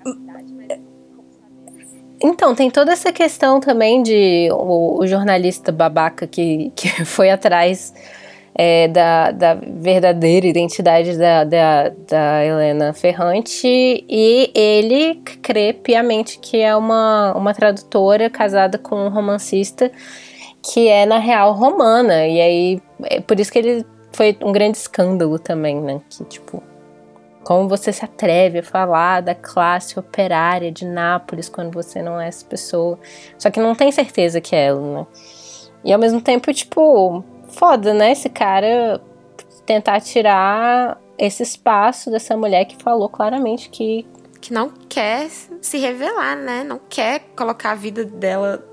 Então, tem toda essa questão também de o jornalista babaca que foi atrás da verdadeira identidade da Helena Ferrante, e ele crê piamente que é uma tradutora casada com um romancista que é, na real, romana. E aí, é por isso que ele foi um grande escândalo também, né? Que, tipo, como você se atreve a falar da classe operária de Nápoles quando você não é essa pessoa? Só que não tem certeza que é ela, né? E ao mesmo tempo, tipo, foda, né? Esse cara tentar tirar esse espaço dessa mulher que falou claramente que não quer se revelar, né? Não quer colocar a vida dela,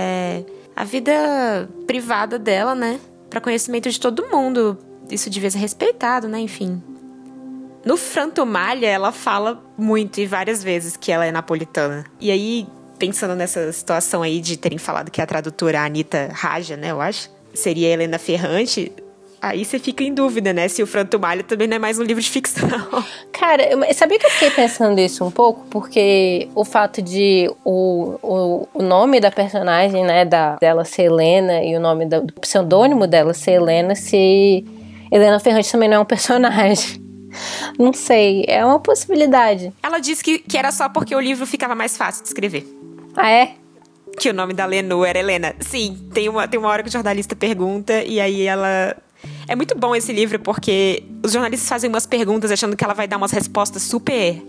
a vida privada dela, né? Pra conhecimento de todo mundo. Isso devia ser respeitado, né? Enfim. No Frantumalha, ela fala muito e várias vezes que ela é napolitana. E aí, pensando nessa situação aí de terem falado que a tradutora Anita Raja, né, eu acho, seria Helena Ferrante, aí você fica em dúvida, né, se o Frantumalha também não é mais um livro de ficção. Cara, sabia que eu fiquei pensando isso um pouco? Porque o fato de o nome da personagem, né, dela ser Helena e o nome do pseudônimo dela ser Helena, se Helena Ferrante também não é um personagem. Não sei, é uma possibilidade. Ela disse que era só porque o livro ficava mais fácil de escrever. Ah, é? Que o nome da Lenu era Helena. Sim, tem uma hora que o jornalista pergunta e aí ela... É muito bom esse livro porque os jornalistas fazem umas perguntas achando que ela vai dar umas respostas super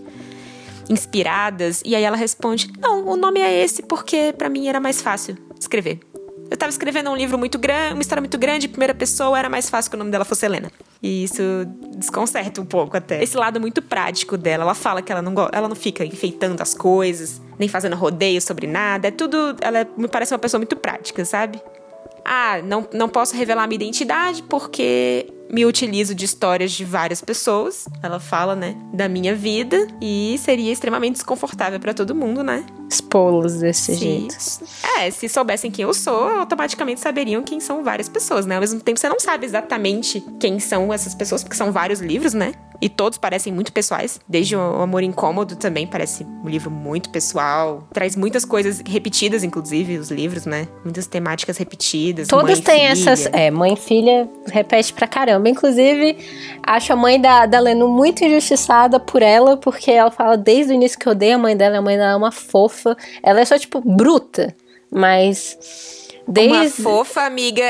inspiradas e aí ela responde, não, o nome é esse porque pra mim era mais fácil de escrever. Eu tava escrevendo um livro muito grande, uma história muito grande, primeira pessoa, era mais fácil que o nome dela fosse Helena. E isso desconcerta um pouco até. Esse lado muito prático dela. Ela fala que ela não fica enfeitando as coisas, nem fazendo rodeio sobre nada. É tudo... Ela me parece uma pessoa muito prática, sabe? Ah, não posso revelar minha identidade porque me utilizo de histórias de várias pessoas. Ela fala, né, da minha vida. E seria extremamente desconfortável pra todo mundo, né? Expô-los desse jeito. Se soubessem quem eu sou, automaticamente saberiam quem são várias pessoas, né? Ao mesmo tempo, você não sabe exatamente quem são essas pessoas, porque são vários livros, né? E todos parecem muito pessoais. Desde o Amor Incômodo também parece um livro muito pessoal. Traz muitas coisas repetidas, inclusive, os livros, né? Muitas temáticas repetidas. Todos têm essas... mãe e filha repete pra caramba. Inclusive, acho a mãe da Lenu muito injustiçada por ela, porque ela fala desde o início que eu odeio a mãe dela é uma fofa. Ela é só, tipo, bruta. Mas... Uma fofa, amiga,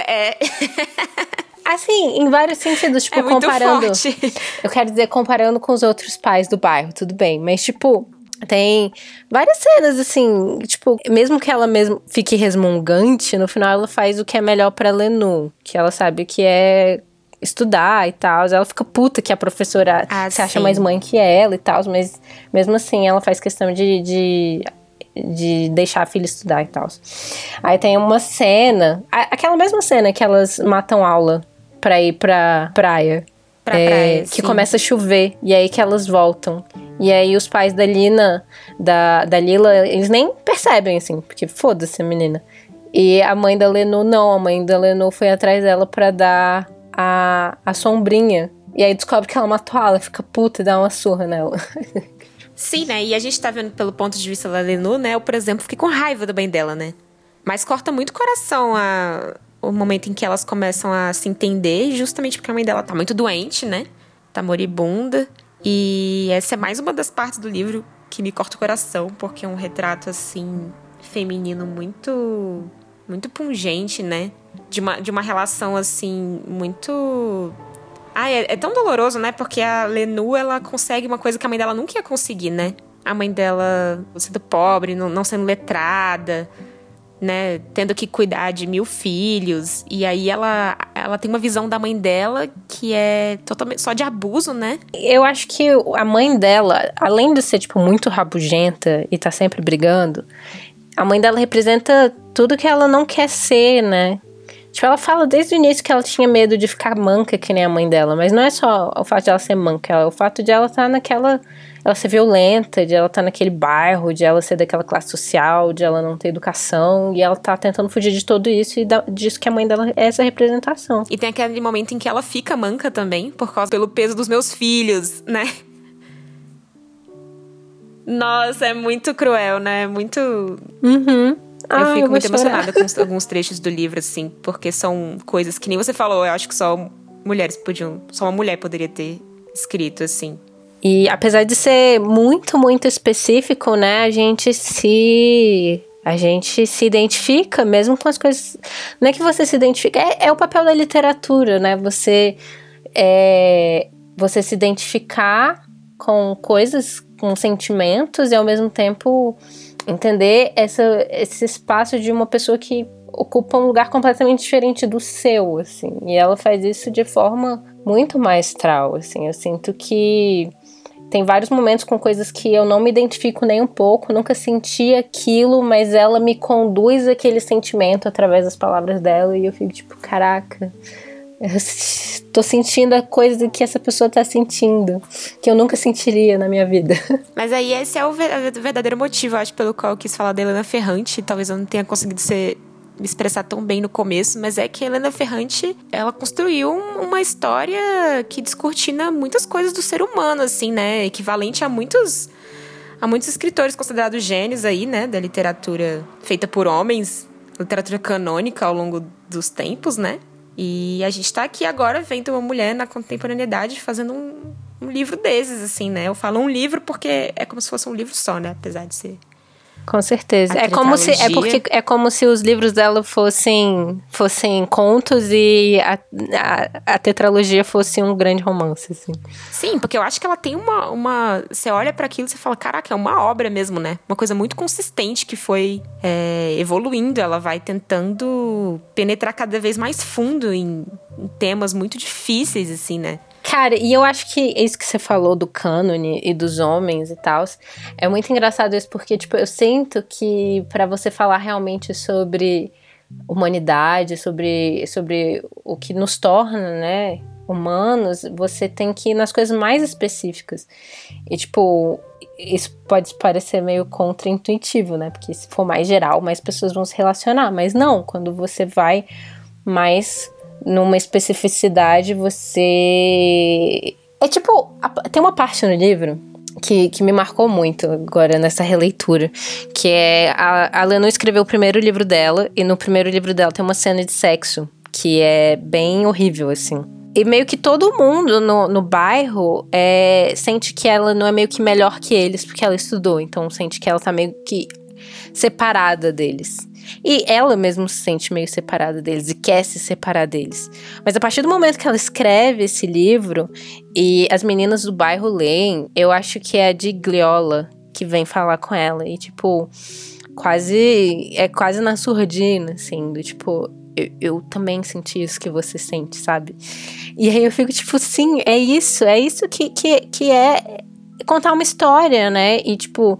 Assim, em vários sentidos, tipo, comparando... Muito forte. Eu quero dizer, comparando com os outros pais do bairro, tudo bem. Mas, tipo, tem várias cenas, assim, tipo, mesmo que ela mesmo fique resmungante, no final ela faz o que é melhor pra Lenu. Que ela sabe que é estudar e tal. Ela fica puta que a professora se acha mais mãe que ela e tal. Mas, mesmo assim, ela faz questão de deixar a filha estudar e tal. Aí tem uma cena, aquela mesma cena que elas matam aula pra ir pra praia. Que começa a chover. E aí que elas voltam. E aí os pais da Lina, da Lila, eles nem percebem, assim, porque foda-se a menina. E a mãe da Lenu não. A mãe da Lenu foi atrás dela pra dar a sombrinha. E aí descobre que ela matou ela, fica puta e dá uma surra nela. Sim, né? E a gente tá vendo pelo ponto de vista da Lenu, né? Eu, por exemplo, fiquei com raiva da mãe dela, né? Mas corta muito o coração o momento em que elas começam a se entender, justamente porque a mãe dela tá muito doente, né? Tá moribunda. E essa é mais uma das partes do livro que me corta o coração, porque é um retrato, assim, feminino muito, muito pungente, né? De uma relação, assim, muito... é tão doloroso, né? Porque a Lenu, ela consegue uma coisa que a mãe dela nunca ia conseguir, né? A mãe dela sendo pobre, não sendo letrada, né? Tendo que cuidar de 1000 filhos. E aí ela tem uma visão da mãe dela que é totalmente só de abuso, né? Eu acho que a mãe dela, além de ser, tipo, muito rabugenta e tá sempre brigando, a mãe dela representa tudo que ela não quer ser, né? Tipo, ela fala desde o início que ela tinha medo de ficar manca que nem a mãe dela. Mas não é só o fato de ela ser manca. É o fato de ela estar naquela... Ela ser violenta, de ela estar naquele bairro, de ela ser daquela classe social, de ela não ter educação. E ela tá tentando fugir de tudo isso e disso que a mãe dela é essa representação. E tem aquele momento em que ela fica manca também, pelo peso dos meus filhos, né? Nossa, é muito cruel, né? Muito... Uhum. Eu fico muito emocionada com alguns trechos do livro, assim, porque são coisas que nem você falou, eu acho que só uma mulher poderia ter escrito, assim. E apesar de ser muito, muito específico, né, a gente se identifica mesmo com as coisas. Não é que você se identifica, é o papel da literatura, né, você você se identificar com coisas, com sentimentos e ao mesmo tempo entender esse espaço de uma pessoa que ocupa um lugar completamente diferente do seu, assim. E ela faz isso de forma muito maestral, assim. Eu sinto que tem vários momentos com coisas que eu não me identifico nem um pouco, nunca senti aquilo, mas ela me conduz aquele sentimento através das palavras dela e eu fico tipo, caraca, eu tô sentindo a coisa que essa pessoa tá sentindo, que eu nunca sentiria na minha vida. Mas aí esse é o verdadeiro motivo, eu acho, pelo qual eu quis falar da Helena Ferrante. Talvez eu não tenha conseguido me expressar tão bem no começo, mas é que a Helena Ferrante, ela construiu uma história que descortina muitas coisas do ser humano, assim, né? Equivalente a muitos escritores considerados gênios aí, né? Da literatura feita por homens, literatura canônica ao longo dos tempos, né? E a gente tá aqui agora vendo uma mulher na contemporaneidade fazendo um livro desses, assim, né? Eu falo um livro porque é como se fosse um livro só, né? Apesar de ser... Com certeza. É como se os livros dela fossem contos e a tetralogia fosse um grande romance, assim. Sim, porque eu acho que ela tem uma... Você olha para aquilo e você fala, caraca, é uma obra mesmo, né? Uma coisa muito consistente que foi evoluindo. Ela vai tentando penetrar cada vez mais fundo em temas muito difíceis, assim, né? Cara, e eu acho que isso que você falou do cânone e dos homens e tal, é muito engraçado isso, porque, tipo, eu sinto que pra você falar realmente sobre humanidade, sobre o que nos torna, né, humanos, você tem que ir nas coisas mais específicas. E, tipo, isso pode parecer meio contraintuitivo, né, porque se for mais geral, mais pessoas vão se relacionar, mas não, quando você vai mais... numa especificidade, você... tem uma parte no livro que me marcou muito agora nessa releitura, que é... A Lenu escreveu o primeiro livro dela, e no primeiro livro dela tem uma cena de sexo, que é bem horrível, assim. E meio que todo mundo no bairro sente que ela não é meio que melhor que eles, porque ela estudou, então sente que ela tá meio que separada deles. E ela mesmo se sente meio separada deles e quer se separar deles. Mas a partir do momento que ela escreve esse livro e as meninas do bairro leem, eu acho que é a Gigliola que vem falar com ela. E, tipo, quase na surdina, assim, do tipo... Eu também senti isso que você sente, sabe? E aí eu fico tipo, sim, é isso que é contar uma história, né? E, tipo,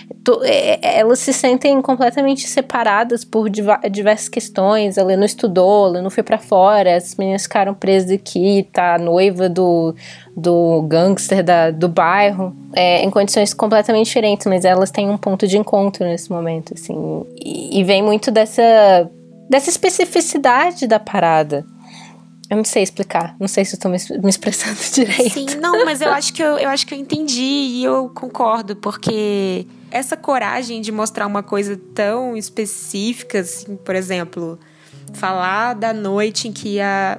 elas se sentem completamente separadas por diversas questões. Ela não estudou, ela não foi pra fora, as meninas ficaram presas aqui, tá noiva do gangster do bairro, em condições completamente diferentes, mas elas têm um ponto de encontro nesse momento, assim. E vem muito dessa especificidade da parada. Eu não sei explicar. Não sei se eu tô me expressando direito. Sim, não, mas eu acho que eu entendi e eu concordo, porque essa coragem de mostrar uma coisa tão específica, assim, por exemplo, falar da noite em que a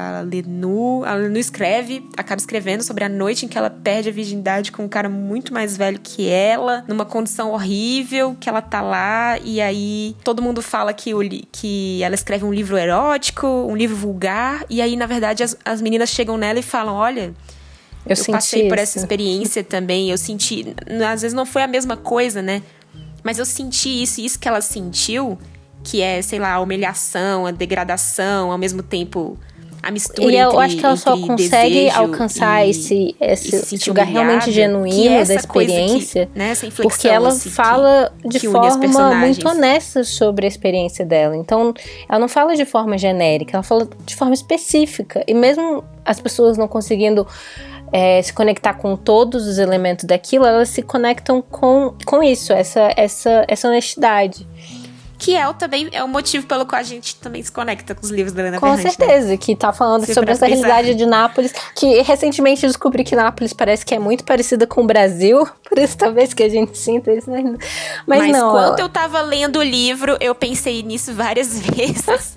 Lenu acaba escrevendo sobre a noite em que ela perde a virgindade com um cara muito mais velho que ela, numa condição horrível, que ela tá lá, e aí todo mundo fala que ela escreve um livro erótico, um livro vulgar, e aí, na verdade, as meninas chegam nela e falam, olha... Eu passei por essa experiência também, eu senti... Às vezes não foi a mesma coisa, né? Mas eu senti isso que ela sentiu... que é, sei lá, a humilhação, a degradação, ao mesmo tempo a mistura. E eu acho que ela só consegue alcançar esse lugar realmente genuíno da experiência, né, porque ela fala de forma muito honesta sobre a experiência dela. Então, ela não fala de forma genérica, ela fala de forma específica. E mesmo as pessoas não conseguindo se conectar com todos os elementos daquilo, elas se conectam com isso, essa honestidade. Que também é o motivo pelo qual a gente também se conecta com os livros da Helena Ferrante. Com certeza, né? Que tá falando sobre essa realidade de Nápoles, que recentemente eu descobri que Nápoles parece que é muito parecida com o Brasil, por isso talvez que a gente sinta isso, né? Mas não, quando eu tava lendo o livro, eu pensei nisso várias vezes.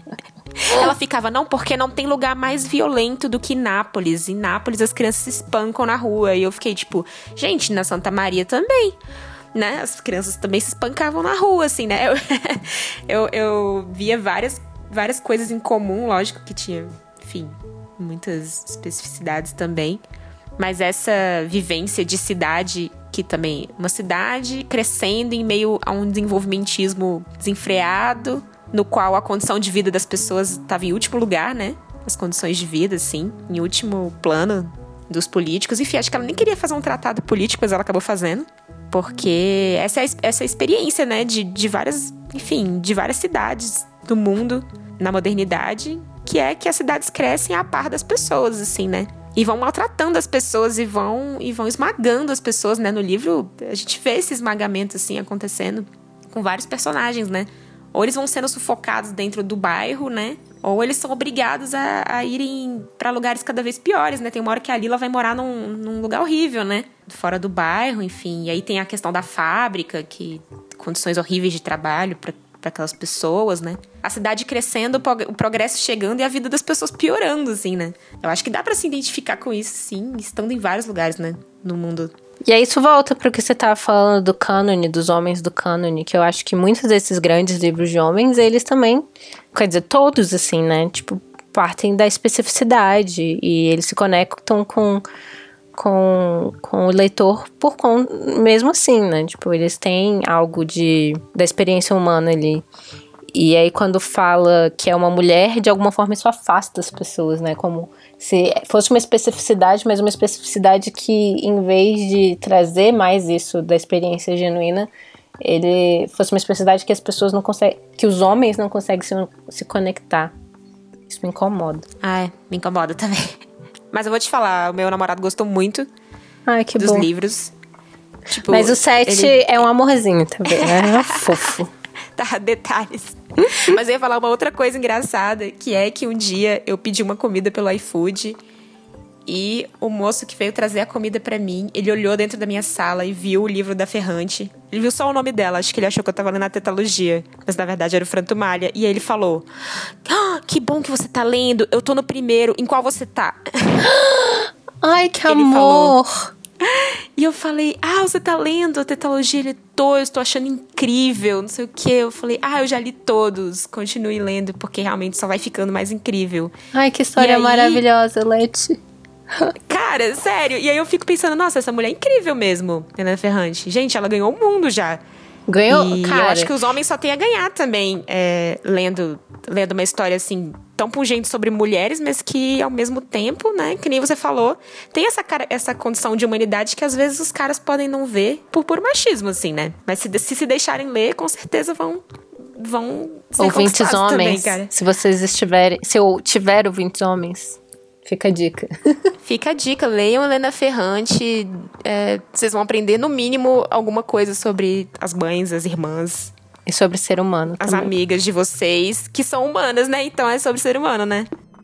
Ela ficava, não, porque não tem lugar mais violento do que Nápoles. Em Nápoles as crianças se espancam na rua. E eu fiquei tipo, gente, na Santa Maria também, né? As crianças também se espancavam na rua, assim, né? Eu via várias coisas em comum, lógico que tinha, enfim, muitas especificidades também. Mas essa vivência de cidade, que também... Uma cidade crescendo em meio a um desenvolvimentismo desenfreado, no qual a condição de vida das pessoas estava em último lugar, né? As condições de vida, assim, em último plano dos políticos. Enfim, acho que ela nem queria fazer um tratado político, mas ela acabou fazendo. Porque essa experiência, né? De várias... Enfim, de várias cidades do mundo, na modernidade, que é que as cidades crescem a par das pessoas, assim, né? E vão maltratando as pessoas e vão esmagando as pessoas, né? No livro, a gente vê esse esmagamento, assim, acontecendo com vários personagens, né? Ou eles vão sendo sufocados dentro do bairro, né? Ou eles são obrigados a irem pra lugares cada vez piores, né? Tem uma hora que a Lila vai morar num lugar horrível, né? Fora do bairro, enfim. E aí tem a questão da fábrica, que condições horríveis de trabalho para aquelas pessoas, né? A cidade crescendo, o progresso chegando e a vida das pessoas piorando, assim, né? Eu acho que dá pra se identificar com isso, sim, estando em vários lugares, né? No mundo. E aí isso volta pro que você tava falando do cânone, dos homens do cânone, que eu acho que muitos desses grandes livros de homens, eles também, quer dizer, todos, assim, né? Tipo, partem da especificidade e eles se conectam com o leitor mesmo assim, né? Tipo, eles têm algo da experiência humana ali. E aí, quando fala que é uma mulher, de alguma forma isso afasta as pessoas, né? Como se fosse uma especificidade, mas uma especificidade que, em vez de trazer mais isso da experiência genuína, ele fosse uma especificidade que as pessoas não conseguem, que os homens não conseguem se conectar. Isso me incomoda. Me incomoda também. Mas eu vou te falar, o meu namorado gostou muito dos livros. Tipo, mas o 7 é um amorzinho também, né? É fofo. Tá, detalhes. Mas eu ia falar uma outra coisa engraçada, que é que um dia eu pedi uma comida pelo iFood e o moço que veio trazer a comida pra mim, ele olhou dentro da minha sala e viu o livro da Ferrante. Ele viu só o nome dela, acho que ele achou que eu tava lendo a Tetalogia, mas na verdade era o Frantumalha. E aí ele falou, que bom que você tá lendo, eu tô no primeiro, em qual você tá? Ai, que amor! Falou. E eu falei, você tá lendo a Tetalogia? Ele, eu estou achando incrível, não sei o quê. Eu falei, eu já li todos, continue lendo, porque realmente só vai ficando mais incrível. Ai, que história maravilhosa, Leti. Cara, sério. E aí eu fico pensando, nossa, essa mulher é incrível mesmo, Helena Ferrante. Gente, ela ganhou o mundo já. Ganhou, e cara. Eu acho que os homens só têm a ganhar também, lendo uma história assim, tão pungente sobre mulheres, mas que ao mesmo tempo, né, que nem você falou, tem essa condição de humanidade que às vezes os caras podem não ver por puro machismo, assim, né? Mas se deixarem ler, com certeza vão ser ouvintes homens também, cara. Se eu tiver ouvintes homens, fica a dica. Fica a dica, leiam Helena Ferrante, vocês vão aprender no mínimo alguma coisa sobre as mães, as irmãs. E sobre ser humano as também. Amigas de vocês, que são humanas, né? Então é sobre ser humano, né?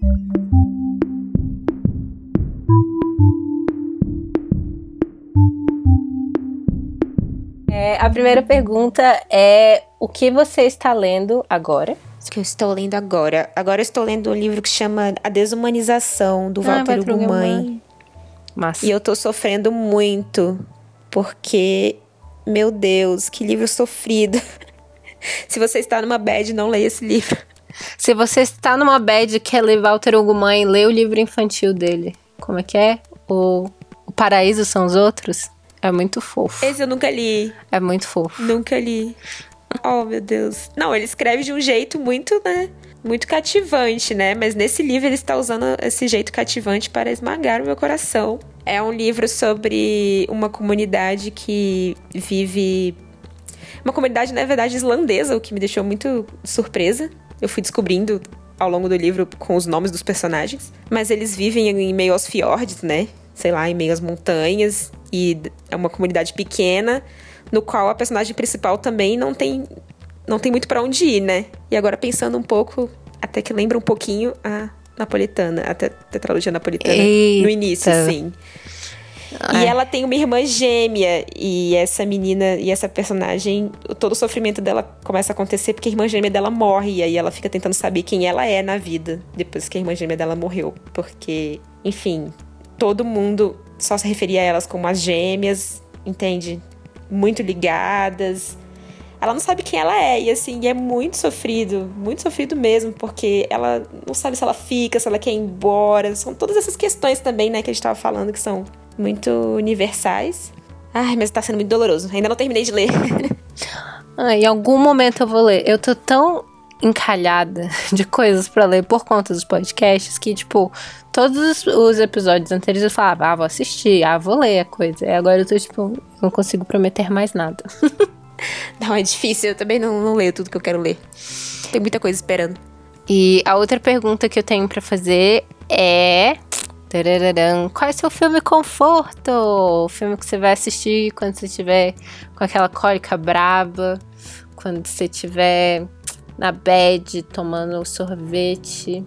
A primeira pergunta é: o que você está lendo agora? O que eu estou lendo agora? Agora eu estou lendo um livro que chama A Desumanização, do Walter Ugumãe. Massa. E eu tô sofrendo muito, porque, meu Deus, que livro sofrido. Se você está numa bad, não leia esse livro. Se você está numa bad e quer ler Walter Ugumãe, lê o livro infantil dele. Como é que é? O Paraíso São os Outros? É muito fofo. Esse eu nunca li. É muito fofo. Nunca li. Oh, meu Deus. Não, ele escreve de um jeito muito, né? Muito cativante, né? Mas nesse livro ele está usando esse jeito cativante para esmagar o meu coração. É um livro sobre uma comunidade que vive... Uma comunidade, na verdade, islandesa, o que me deixou muito surpresa. Eu fui descobrindo ao longo do livro com os nomes dos personagens. Mas eles vivem em meio aos fiordes, né? Sei lá, em meio às montanhas. E é uma comunidade pequena, no qual a personagem principal também não tem muito pra onde ir, né? E agora pensando um pouco, até que lembra um pouquinho a napolitana, a tetralogia napolitana. Eita. No início, sim. E ela tem uma irmã gêmea, e essa menina e essa personagem, todo o sofrimento dela começa a acontecer porque a irmã gêmea dela morre, e aí ela fica tentando saber quem ela é na vida, depois que a irmã gêmea dela morreu. Porque, enfim, todo mundo só se referia a elas como as gêmeas, entende? Muito ligadas. ela não sabe quem ela é. E assim, é muito sofrido mesmo, porque ela não sabe se ela fica, se ela quer ir embora. São todas essas questões também, né, que a gente tava falando, que são muito universais. Ai, mas tá sendo muito doloroso. Ainda não terminei de ler. Em algum momento eu vou ler. Eu tô tão encalhada de coisas pra ler por conta dos podcasts que, tipo, todos os episódios anteriores eu falava, vou assistir, vou ler a coisa. E agora eu tô, tipo, não consigo prometer mais nada. Não, é difícil. Eu também não leio tudo que eu quero ler. Tem muita coisa esperando. E a outra pergunta que eu tenho pra fazer é... Qual é o seu filme conforto? O filme que você vai assistir quando você estiver com aquela cólica braba, quando você estiver na bed, tomando sorvete.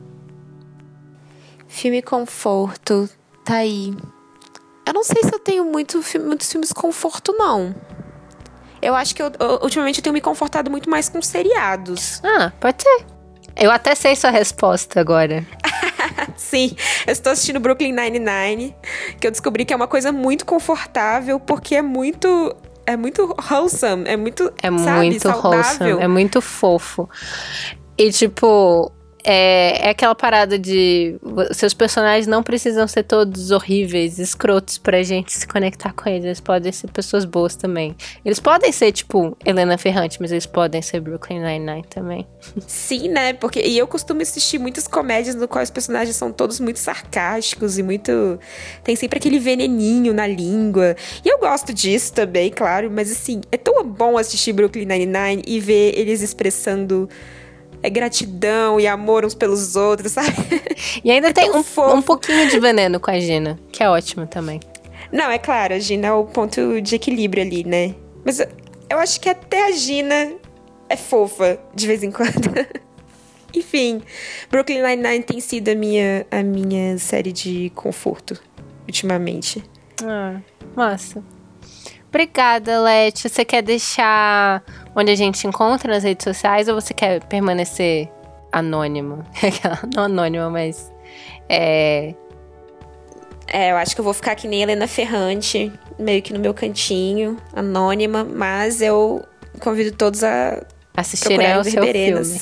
Filme conforto, tá aí. Eu não sei se eu tenho muitos filmes conforto, não. Eu acho que ultimamente eu tenho me confortado muito mais com seriados. Pode ser. Eu até sei sua resposta agora. Sim, eu estou assistindo Brooklyn Nine-Nine, que eu descobri que é uma coisa muito confortável, porque é muito wholesome, é muito saudável. Wholesome, é muito fofo. E, tipo, é aquela parada de... Seus personagens não precisam ser todos horríveis, escrotos pra gente se conectar com eles. Eles podem ser pessoas boas também. Eles podem ser, tipo, Helena Ferrante, mas eles podem ser Brooklyn Nine-Nine também. Sim, né? E eu costumo assistir muitas comédias no qual os personagens são todos muito sarcásticos e muito... Tem sempre aquele veneninho na língua. E eu gosto disso também, claro. Mas, assim, é tão bom assistir Brooklyn Nine-Nine e ver eles expressando... gratidão e amor uns pelos outros, sabe? E ainda tem um pouquinho de veneno com a Gina, que é ótimo também. Não, é claro, a Gina é o ponto de equilíbrio ali, né? Mas eu acho que até a Gina é fofa, de vez em quando. Enfim, Brooklyn Nine-Nine tem sido a minha série de conforto, ultimamente. Massa. Obrigada, Leti. Você quer deixar onde a gente encontra nas redes sociais ou você quer permanecer anônimo? Não anônima, mas... eu acho que eu vou ficar que nem Helena Ferrante, meio que no meu cantinho, anônima, mas eu convido todos a assistirem ao seu filme.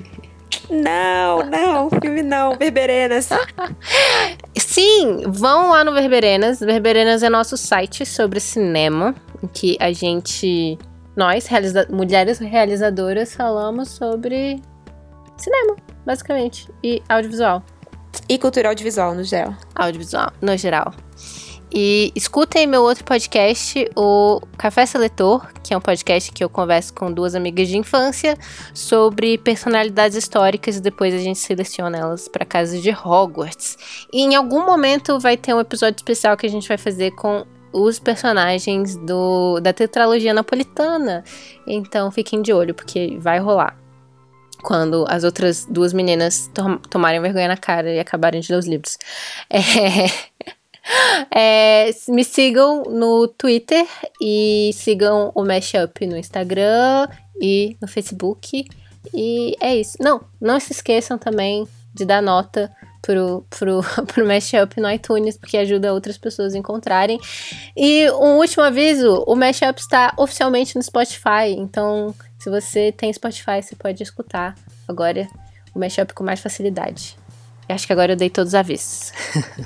Não, filme não, Verberenas. Sim, vão lá no Verberenas. Verberenas é nosso site sobre cinema, em que nós, mulheres realizadoras, falamos sobre cinema, basicamente, e audiovisual. E cultura audiovisual, no geral. Audiovisual, no geral. E escutem meu outro podcast, o Café Seletor, que é um podcast que eu converso com duas amigas de infância sobre personalidades históricas e depois a gente seleciona elas para casa de Hogwarts. E em algum momento vai ter um episódio especial que a gente vai fazer com os personagens da tetralogia napolitana. Então fiquem de olho, porque vai rolar. Quando as outras duas meninas tomarem vergonha na cara e acabarem de ler os livros. Me sigam no Twitter e sigam o Mashup no Instagram e no Facebook. E é isso. Não se esqueçam também de dar nota pro Mashup no iTunes, porque ajuda outras pessoas a encontrarem. E um último aviso, o Mashup está oficialmente no Spotify, então se você tem Spotify, você pode escutar agora o Mashup com mais facilidade. Eu acho que agora eu dei todos os avisos.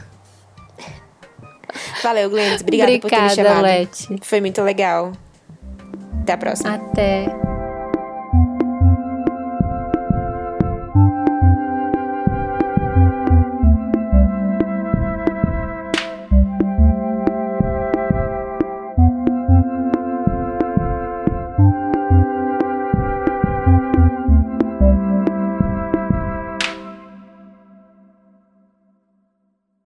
Valeu, Glendes. Obrigada por ter me chamado. Leti. Foi muito legal. Até a próxima. Até.